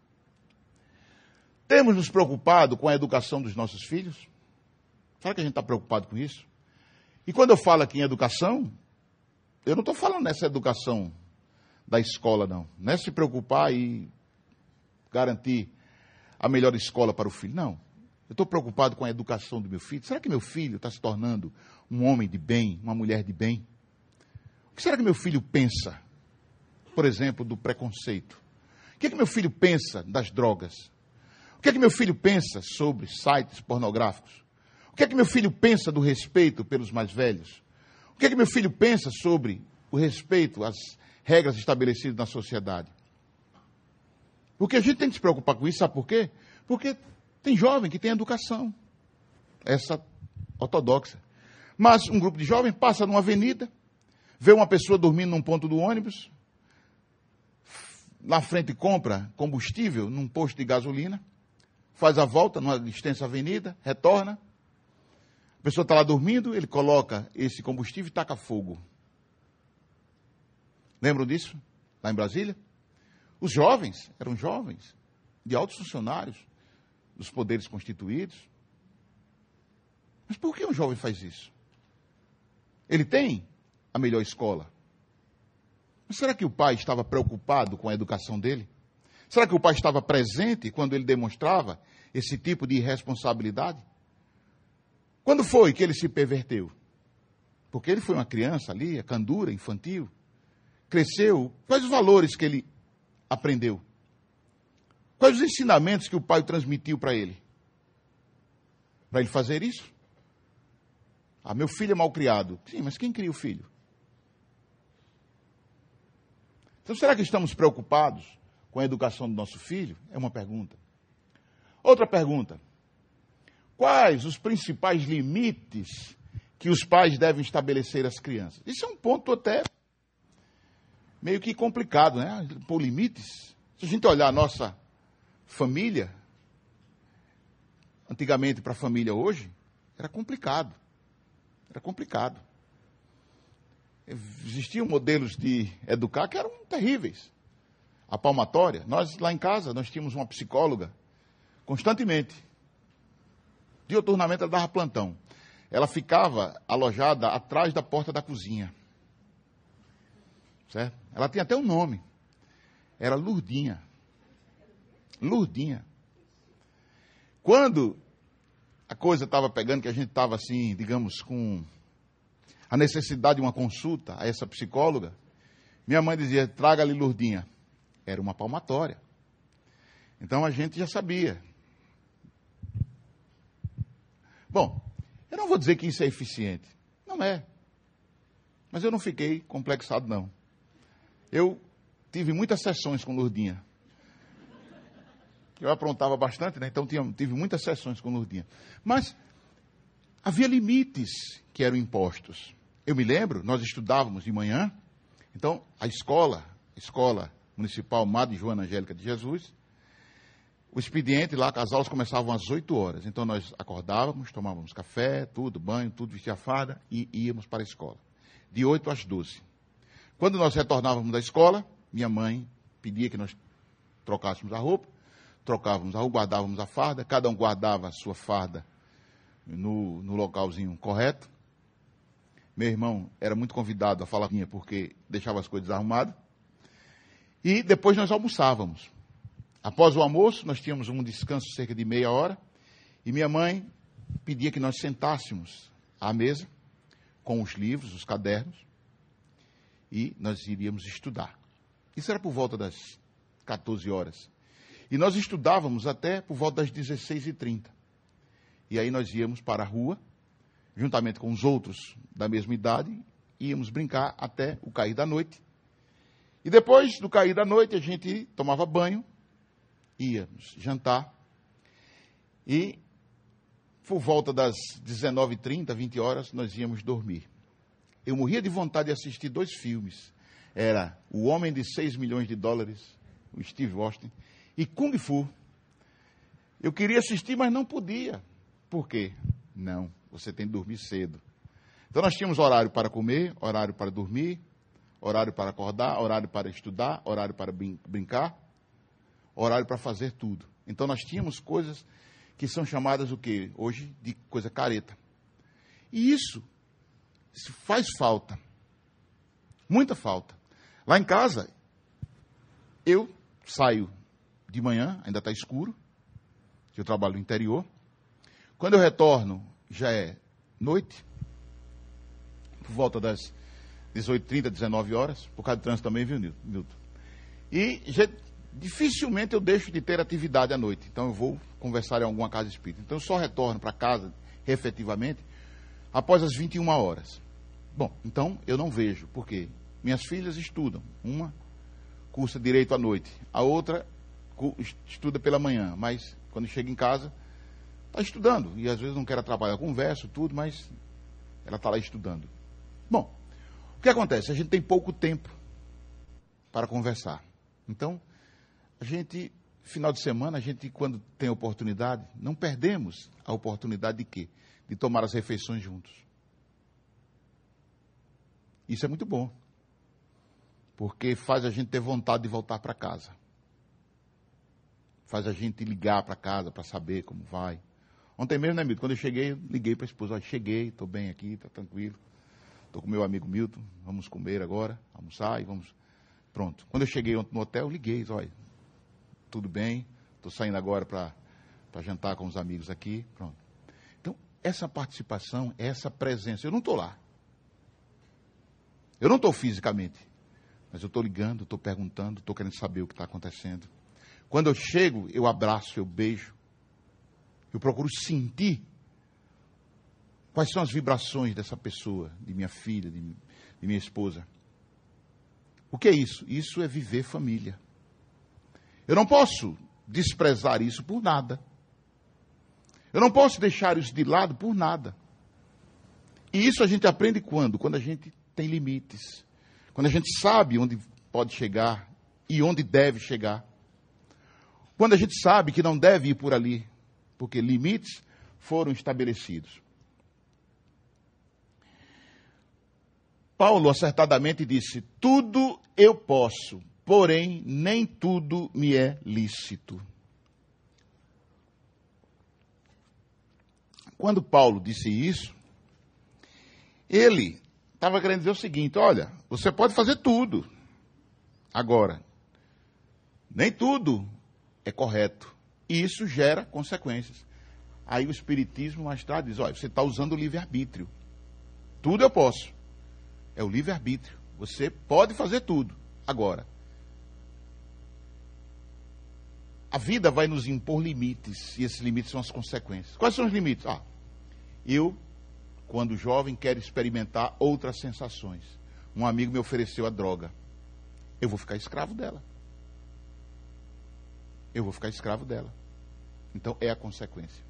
Temos nos preocupado com a educação dos nossos filhos? Será que a gente está preocupado com isso? E quando eu falo aqui em educação, eu não estou falando nessa educação da escola, não. Não é se preocupar e garantir a melhor escola para o filho, não. Eu estou preocupado com a educação do meu filho. Será que meu filho está se tornando um homem de bem, uma mulher de bem? O que será que meu filho pensa, por exemplo, do preconceito? O que meu filho pensa das drogas? O que meu filho pensa sobre sites pornográficos? O que meu filho pensa do respeito pelos mais velhos? O que meu filho pensa sobre o respeito às regras estabelecidas na sociedade? Porque a gente tem que se preocupar com isso, sabe por quê? Porque tem jovem que tem educação, essa ortodoxa. Mas um grupo de jovens passa numa avenida, vê uma pessoa dormindo num ponto do ônibus, na frente compra combustível num posto de gasolina, faz a volta numa extensa avenida, retorna. A pessoa está lá dormindo, ele coloca esse combustível e taca fogo. Lembram disso? Lá em Brasília? Os jovens, eram jovens, de altos funcionários, dos poderes constituídos. Mas por que um jovem faz isso? Ele tem a melhor escola. Mas será que o pai estava preocupado com a educação dele? Será que o pai estava presente quando ele demonstrava esse tipo de irresponsabilidade? Quando foi que ele se perverteu? Porque ele foi uma criança ali, a candura, infantil, cresceu. Quais os valores que ele aprendeu? Quais os ensinamentos que o pai transmitiu para ele? Para ele fazer isso? Ah, meu filho é mal criado. Sim, mas quem cria o filho? Então, será que estamos preocupados com a educação do nosso filho? É uma pergunta. Outra pergunta. Quais os principais limites que os pais devem estabelecer às crianças? Isso é um ponto até meio que complicado, né? Por limites. Se a gente olhar a nossa família, antigamente para a família hoje, era complicado. Era complicado. Existiam modelos de educar que eram terríveis. A palmatória. Nós, lá em casa, nós tínhamos uma psicóloga constantemente. Diuturnamente ela dava plantão. Ela ficava alojada atrás da porta da cozinha. Certo? Ela tinha até um nome. Era Lurdinha. Lurdinha. Quando a coisa estava pegando, que a gente estava assim, digamos, com a necessidade de uma consulta a essa psicóloga, minha mãe dizia, traga-lhe Lurdinha. Era uma palmatória. Então a gente já sabia. Bom, eu não vou dizer que isso é eficiente. Não é. Mas eu não fiquei complexado, não. Eu tive muitas sessões com Lurdinha. Eu aprontava bastante, né? Então tive muitas sessões com Lurdinha. Mas havia limites que eram impostos. Eu me lembro, nós estudávamos de manhã, então a escola municipal Madre Joana Angélica de Jesus, o expediente lá, as aulas começavam às 8 horas. Então nós acordávamos, tomávamos café, tudo, banho, tudo, vestia a farda e íamos para a escola. De 8 às 12. Quando nós retornávamos da escola, minha mãe pedia que nós trocássemos a roupa, guardávamos a farda, cada um guardava a sua farda no localzinho correto. Meu irmão era muito convidado a falar minha porque deixava as coisas arrumadas. E depois nós almoçávamos. Após o almoço, nós tínhamos um descanso de cerca de meia hora, e minha mãe pedia que nós sentássemos à mesa, com os livros, os cadernos, e nós iríamos estudar. Isso era por volta das 14 horas. E nós estudávamos até por volta das 16h30. E aí nós íamos para a rua, juntamente com os outros da mesma idade, íamos brincar até o cair da noite. E depois do cair da noite, a gente tomava banho, íamos jantar, e por volta das 19h30, 20 horas, nós íamos dormir. Eu morria de vontade de assistir 2 filmes. Era O Homem de 6 milhões de dólares, o Steve Austin, e Kung Fu. Eu queria assistir, mas não podia. Por quê? Não, você tem que dormir cedo. Então nós tínhamos horário para comer, horário para dormir, horário para acordar, horário para estudar, horário para brincar, horário para fazer tudo. Então nós tínhamos coisas que são chamadas o quê? Hoje de coisa careta. E isso faz falta. Muita falta. Lá em casa, eu saio de manhã, ainda está escuro, eu trabalho no interior. Quando eu retorno, já é noite, por volta das 18h30, 19 horas, por causa do trânsito também, viu, Milton? E dificilmente eu deixo de ter atividade à noite. Então eu vou conversar em alguma casa espírita. Então eu só retorno para casa, efetivamente, após as 21 horas. Bom, então eu não vejo, porque minhas filhas estudam. Uma cursa direito à noite, a outra estuda pela manhã, mas quando chega em casa, está estudando. E às vezes não quer atrapalhar, eu converso, tudo, mas ela está lá estudando. Bom, o que acontece? A gente tem pouco tempo para conversar. Então, a gente, final de semana, a gente, quando tem oportunidade, não perdemos a oportunidade de quê? De tomar as refeições juntos. Isso é muito bom, porque faz a gente ter vontade de voltar para casa. Faz a gente ligar para casa para saber como vai. Ontem mesmo, né, Milton? Quando eu cheguei, eu liguei para a esposa. Olha, cheguei, estou bem aqui, está tranquilo. Estou com meu amigo Milton, vamos comer agora, almoçar e vamos... Pronto. Quando eu cheguei ontem no hotel, eu liguei, olha, tudo bem, estou saindo agora para jantar com os amigos aqui, pronto. Então, essa participação, essa presença, eu não estou lá. Eu não estou fisicamente, mas eu estou ligando, estou perguntando, estou querendo saber o que está acontecendo. Quando eu chego, eu abraço, eu beijo. Eu procuro sentir quais são as vibrações dessa pessoa, de minha filha, de minha esposa. O que é isso? Isso é viver família. Eu não posso desprezar isso por nada. Eu não posso deixar isso de lado por nada. E isso a gente aprende quando? Quando a gente tem limites. Quando a gente sabe onde pode chegar e onde deve chegar. Quando a gente sabe que não deve ir por ali, porque limites foram estabelecidos. Paulo acertadamente disse: tudo eu posso, porém nem tudo me é lícito. Quando Paulo disse isso, ele estava querendo dizer o seguinte: olha, você pode fazer tudo. Agora, nem tudo é correto. E isso gera consequências. Aí o Espiritismo mais tarde diz: olha, você está usando o livre-arbítrio. Tudo eu posso. É o livre-arbítrio. Você pode fazer tudo. Agora, a vida vai nos impor limites. E esses limites são as consequências. Quais são os limites? Eu, quando jovem, quero experimentar outras sensações. Um amigo me ofereceu a droga. Eu vou ficar escravo dela. Eu vou ficar escravo dela. Então, é a consequência.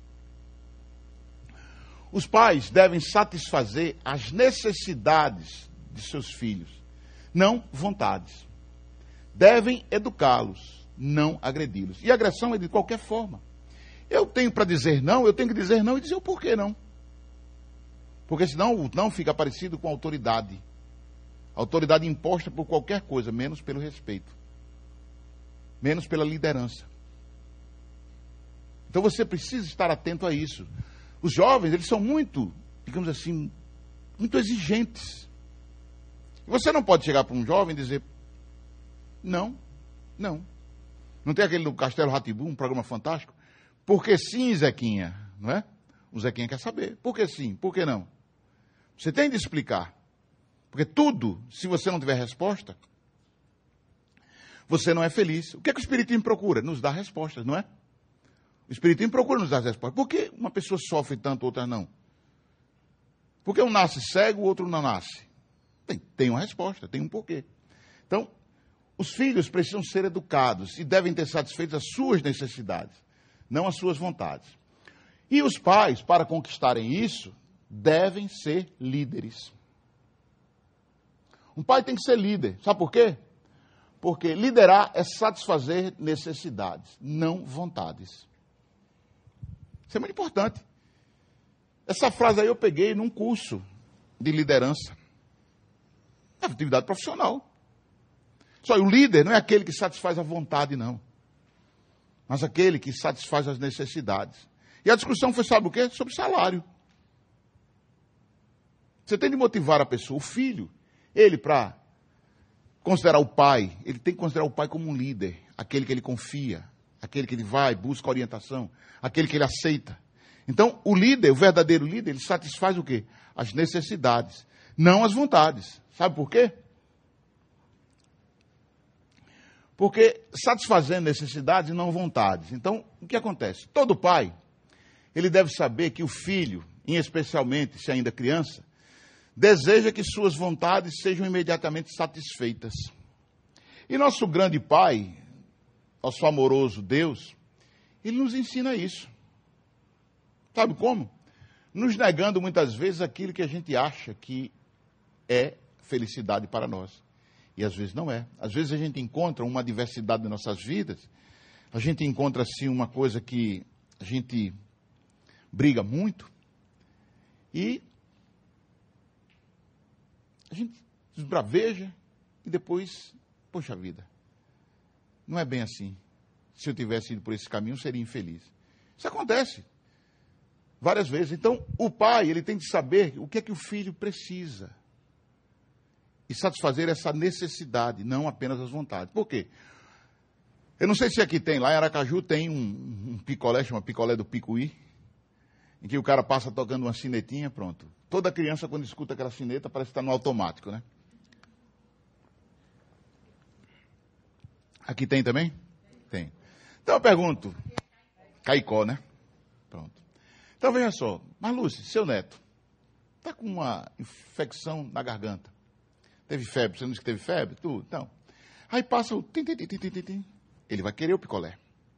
Os pais devem satisfazer as necessidades de seus filhos, não vontades. Devem educá-los, não agredi-los. E agressão é de qualquer forma. Eu tenho para dizer não, eu tenho que dizer não e dizer o porquê não. Porque senão o não fica parecido com autoridade. Autoridade imposta por qualquer coisa, menos pelo respeito. Menos pela liderança. Então você precisa estar atento a isso. Os jovens, eles são muito, digamos assim, muito exigentes. Você não pode chegar para um jovem e dizer, não. Não tem aquele do Castelo Rá-Tim-Bum, um programa fantástico? Por que sim, Zequinha? Não é? O Zequinha quer saber. Por que sim? Por que não? Você tem de explicar. Porque tudo, se você não tiver resposta, você não é feliz. O que é que o Espiritismo procura? Nos dar respostas, não é? O Espiritismo procura nos dar respostas. Por que uma pessoa sofre tanto, outra não? Por que um nasce cego, o outro não nasce? Tem uma resposta, tem um porquê. Então, os filhos precisam ser educados e devem ter satisfeitas as suas necessidades, não as suas vontades. E os pais, para conquistarem isso, devem ser líderes. Um pai tem que ser líder. Sabe por quê? Porque liderar é satisfazer necessidades, não vontades. Isso é muito importante. Essa frase aí eu peguei num curso de liderança. É atividade profissional. Só o líder não é aquele que satisfaz a vontade, não. Mas aquele que satisfaz as necessidades. E a discussão foi, sabe o quê? Sobre salário. Você tem de motivar a pessoa, o filho, ele para considerar o pai, ele tem que considerar o pai como um líder, aquele que ele confia, aquele que ele vai, busca orientação, aquele que ele aceita. Então, o líder, o verdadeiro líder, ele satisfaz o quê? As necessidades, não as vontades. Sabe por quê? Porque satisfazendo necessidades e não vontades. Então, o que acontece? Todo pai, ele deve saber que o filho, em especialmente se ainda criança, deseja que suas vontades sejam imediatamente satisfeitas. E nosso grande Pai, nosso amoroso Deus, ele nos ensina isso. Sabe como? Nos negando muitas vezes aquilo que a gente acha que é felicidade para nós. E às vezes não é. Às vezes a gente encontra uma diversidade em nossas vidas, a gente encontra assim uma coisa que a gente briga muito e a gente esbraveja e depois, poxa vida, não é bem assim. Se eu tivesse ido por esse caminho, eu seria infeliz. Isso acontece várias vezes. Então, o pai, ele tem que saber o que é que o filho precisa. E satisfazer essa necessidade, não apenas as vontades. Por quê? Eu não sei se aqui tem, lá em Aracaju tem um picolé, chama picolé do Picuí, em que o cara passa tocando uma sinetinha, pronto. Toda criança, quando escuta aquela sineta, parece que está no automático, né? Aqui tem também? Tem. Então eu pergunto, Caicó, né? Pronto. Então veja só, mas Lúcia, seu neto, está com uma infecção na garganta. Teve febre, você não disse que teve febre? Tudo. Então, aí passa o tim, tim, tim, tim, tim, tim. Ele vai querer o picolé.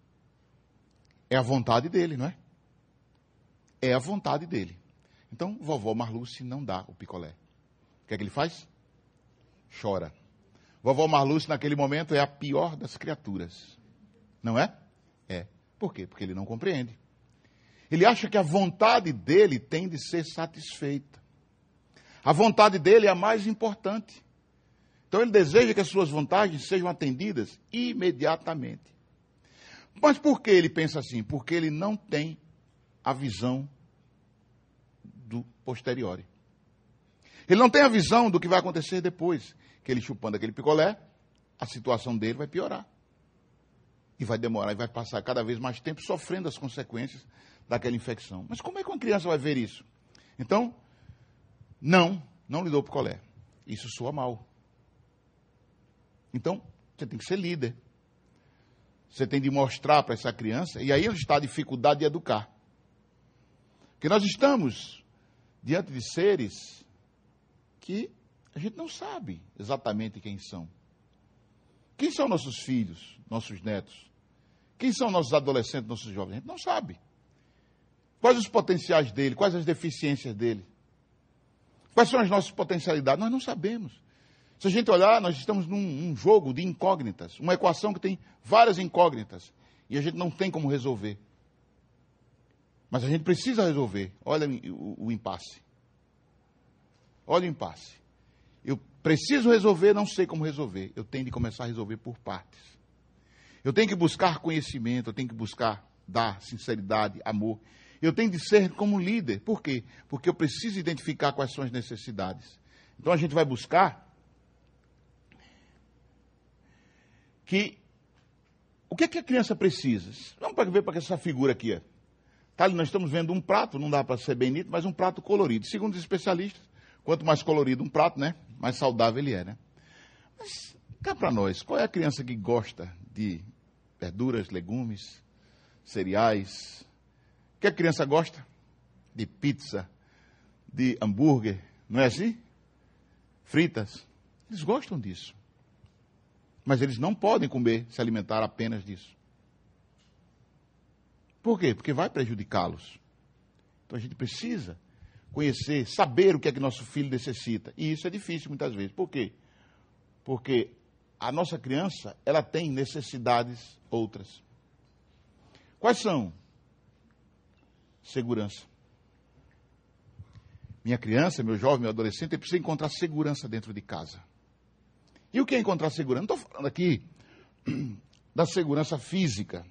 É a vontade dele, não é? É a vontade dele. Então, vovó Marluce não dá o picolé. O que é que ele faz? Chora. Vovó Marluce, naquele momento, é a pior das criaturas. Não é? É. Por quê? Porque ele não compreende. Ele acha que a vontade dele tem de ser satisfeita. A vontade dele é a mais importante. Então ele deseja que as suas vontades sejam atendidas imediatamente. Mas por que ele pensa assim? Porque ele não tem a visão do posterior. Ele não tem a visão do que vai acontecer depois. Que ele chupando aquele picolé, a situação dele vai piorar. E vai demorar, e vai passar cada vez mais tempo sofrendo as consequências daquela infecção. Mas como é que uma criança vai ver isso? Então, não lhe dou picolé. Isso soa mal. Então, você tem que ser líder. Você tem de mostrar para essa criança, e aí está a dificuldade de educar. Porque nós estamos diante de seres que a gente não sabe exatamente quem são. Quem são nossos filhos, nossos netos? Quem são nossos adolescentes, nossos jovens? A gente não sabe. Quais os potenciais dele? Quais as deficiências dele? Quais são as nossas potencialidades? Nós não sabemos. Se a gente olhar, nós estamos num jogo de incógnitas, uma equação que tem várias incógnitas, e a gente não tem como resolver. Mas a gente precisa resolver. Olha o impasse. Olha o impasse. Eu preciso resolver, não sei como resolver. Eu tenho de começar a resolver por partes. Eu tenho que buscar conhecimento, eu tenho que buscar dar sinceridade, amor. Eu tenho de ser como líder. Por quê? Porque eu preciso identificar quais são as necessidades. Então a gente vai buscar o que é que a criança precisa? Vamos ver para essa figura aqui. Tá ali, nós estamos vendo um prato, não dá para ser bem nítido, mas um prato colorido. Segundo os especialistas, quanto mais colorido um prato, né, mais saudável ele é, né? Mas cá para nós, qual é a criança que gosta de verduras, legumes, cereais? O que a criança gosta? De pizza, de hambúrguer, não é assim? Fritas. Eles gostam disso. Mas eles não podem comer, se alimentar apenas disso. Por quê? Porque vai prejudicá-los. Então a gente precisa conhecer, saber o que é que nosso filho necessita. E isso é difícil muitas vezes. Por quê? Porque a nossa criança, ela tem necessidades outras. Quais são? Segurança. Minha criança, meu jovem, meu adolescente, ele precisa encontrar segurança dentro de casa. E o que é encontrar segurança? Não estou falando aqui da segurança física.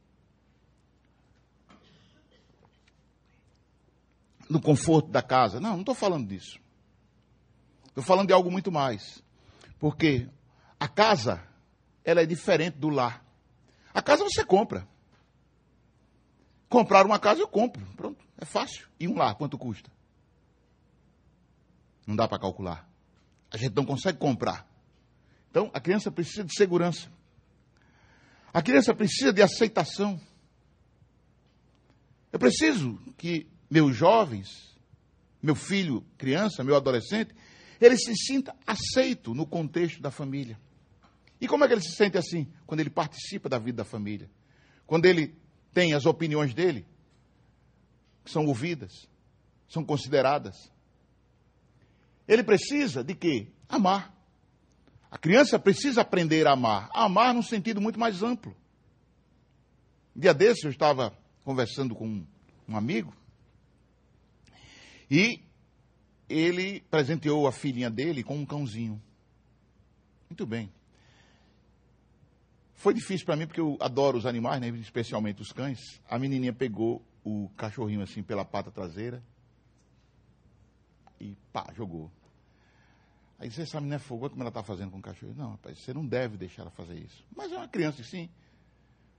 No conforto da casa. Não estou falando disso. Estou falando de algo muito mais. Porque a casa, ela é diferente do lar. A casa você compra. Comprar uma casa eu compro. Pronto, é fácil. E um lar, quanto custa? Não dá para calcular. A gente não consegue comprar. Então, a criança precisa de segurança. A criança precisa de aceitação. Eu preciso que meus jovens, meu filho, criança, meu adolescente, ele se sinta aceito no contexto da família. E como é que ele se sente assim? Quando ele participa da vida da família. Quando ele tem as opiniões dele, que são ouvidas, são consideradas. Ele precisa de quê? Amar. A criança precisa aprender a amar. A amar num sentido muito mais amplo. Um dia desse eu estava conversando com um amigo e ele presenteou a filhinha dele com um cãozinho. Muito bem. Foi difícil para mim porque eu adoro os animais, né, especialmente os cães. A menininha pegou o cachorrinho assim pela pata traseira e pá, jogou. Aí disse, essa menina é fogo, olha como ela está fazendo com o cachorro. Não, rapaz, você não deve deixar ela fazer isso. Mas é uma criança, sim.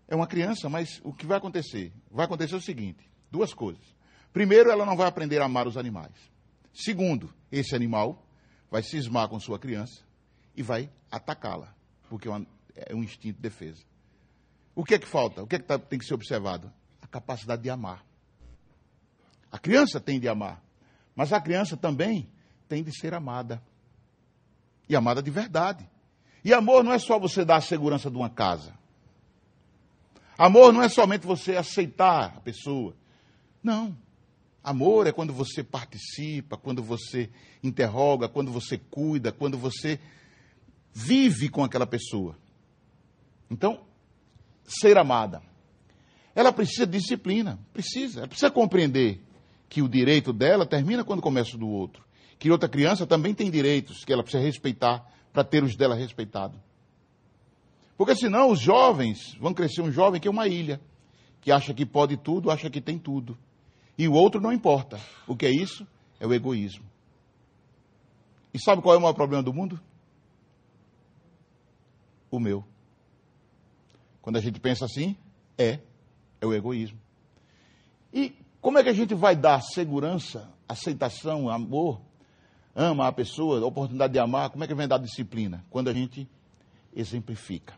É uma criança, mas o que vai acontecer? Vai acontecer o seguinte, duas coisas. Primeiro, ela não vai aprender a amar os animais. Segundo, esse animal vai cismar com sua criança e vai atacá-la, porque é um instinto de defesa. O que é que falta? O que é que tem que ser observado? A capacidade de amar. A criança tem de amar, mas a criança também tem de ser amada. E amada de verdade. E amor não é só você dar a segurança de uma casa. Amor não é somente você aceitar a pessoa. Não. Amor é quando você participa, quando você interroga, quando você cuida, quando você vive com aquela pessoa. Então, ser amada. Ela precisa de disciplina. Ela precisa compreender que o direito dela termina quando começa o do outro. Que outra criança também tem direitos que ela precisa respeitar para ter os dela respeitados. Porque senão os jovens vão crescer um jovem que é uma ilha, que acha que pode tudo, acha que tem tudo. E o outro não importa. O que é isso? É o egoísmo. E sabe qual é o maior problema do mundo? O meu. Quando a gente pensa assim, é o egoísmo. E como é que a gente vai dar segurança, aceitação, amor, ama a pessoa, a oportunidade de amar, como é que vem dar disciplina? Quando a gente exemplifica.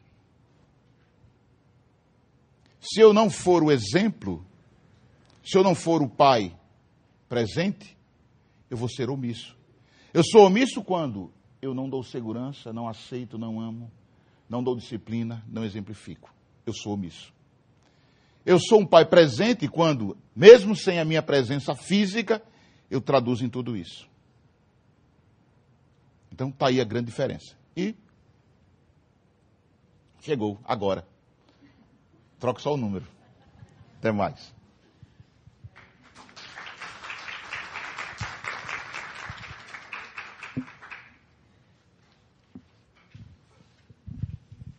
Se eu não for o exemplo, se eu não for o pai presente, eu vou ser omisso. Eu sou omisso quando eu não dou segurança, não aceito, não amo, não dou disciplina, não exemplifico. Eu sou omisso. Eu sou um pai presente quando, mesmo sem a minha presença física, eu traduzo em tudo isso. Então, está aí a grande diferença. E chegou agora. Troco só o número. Até mais.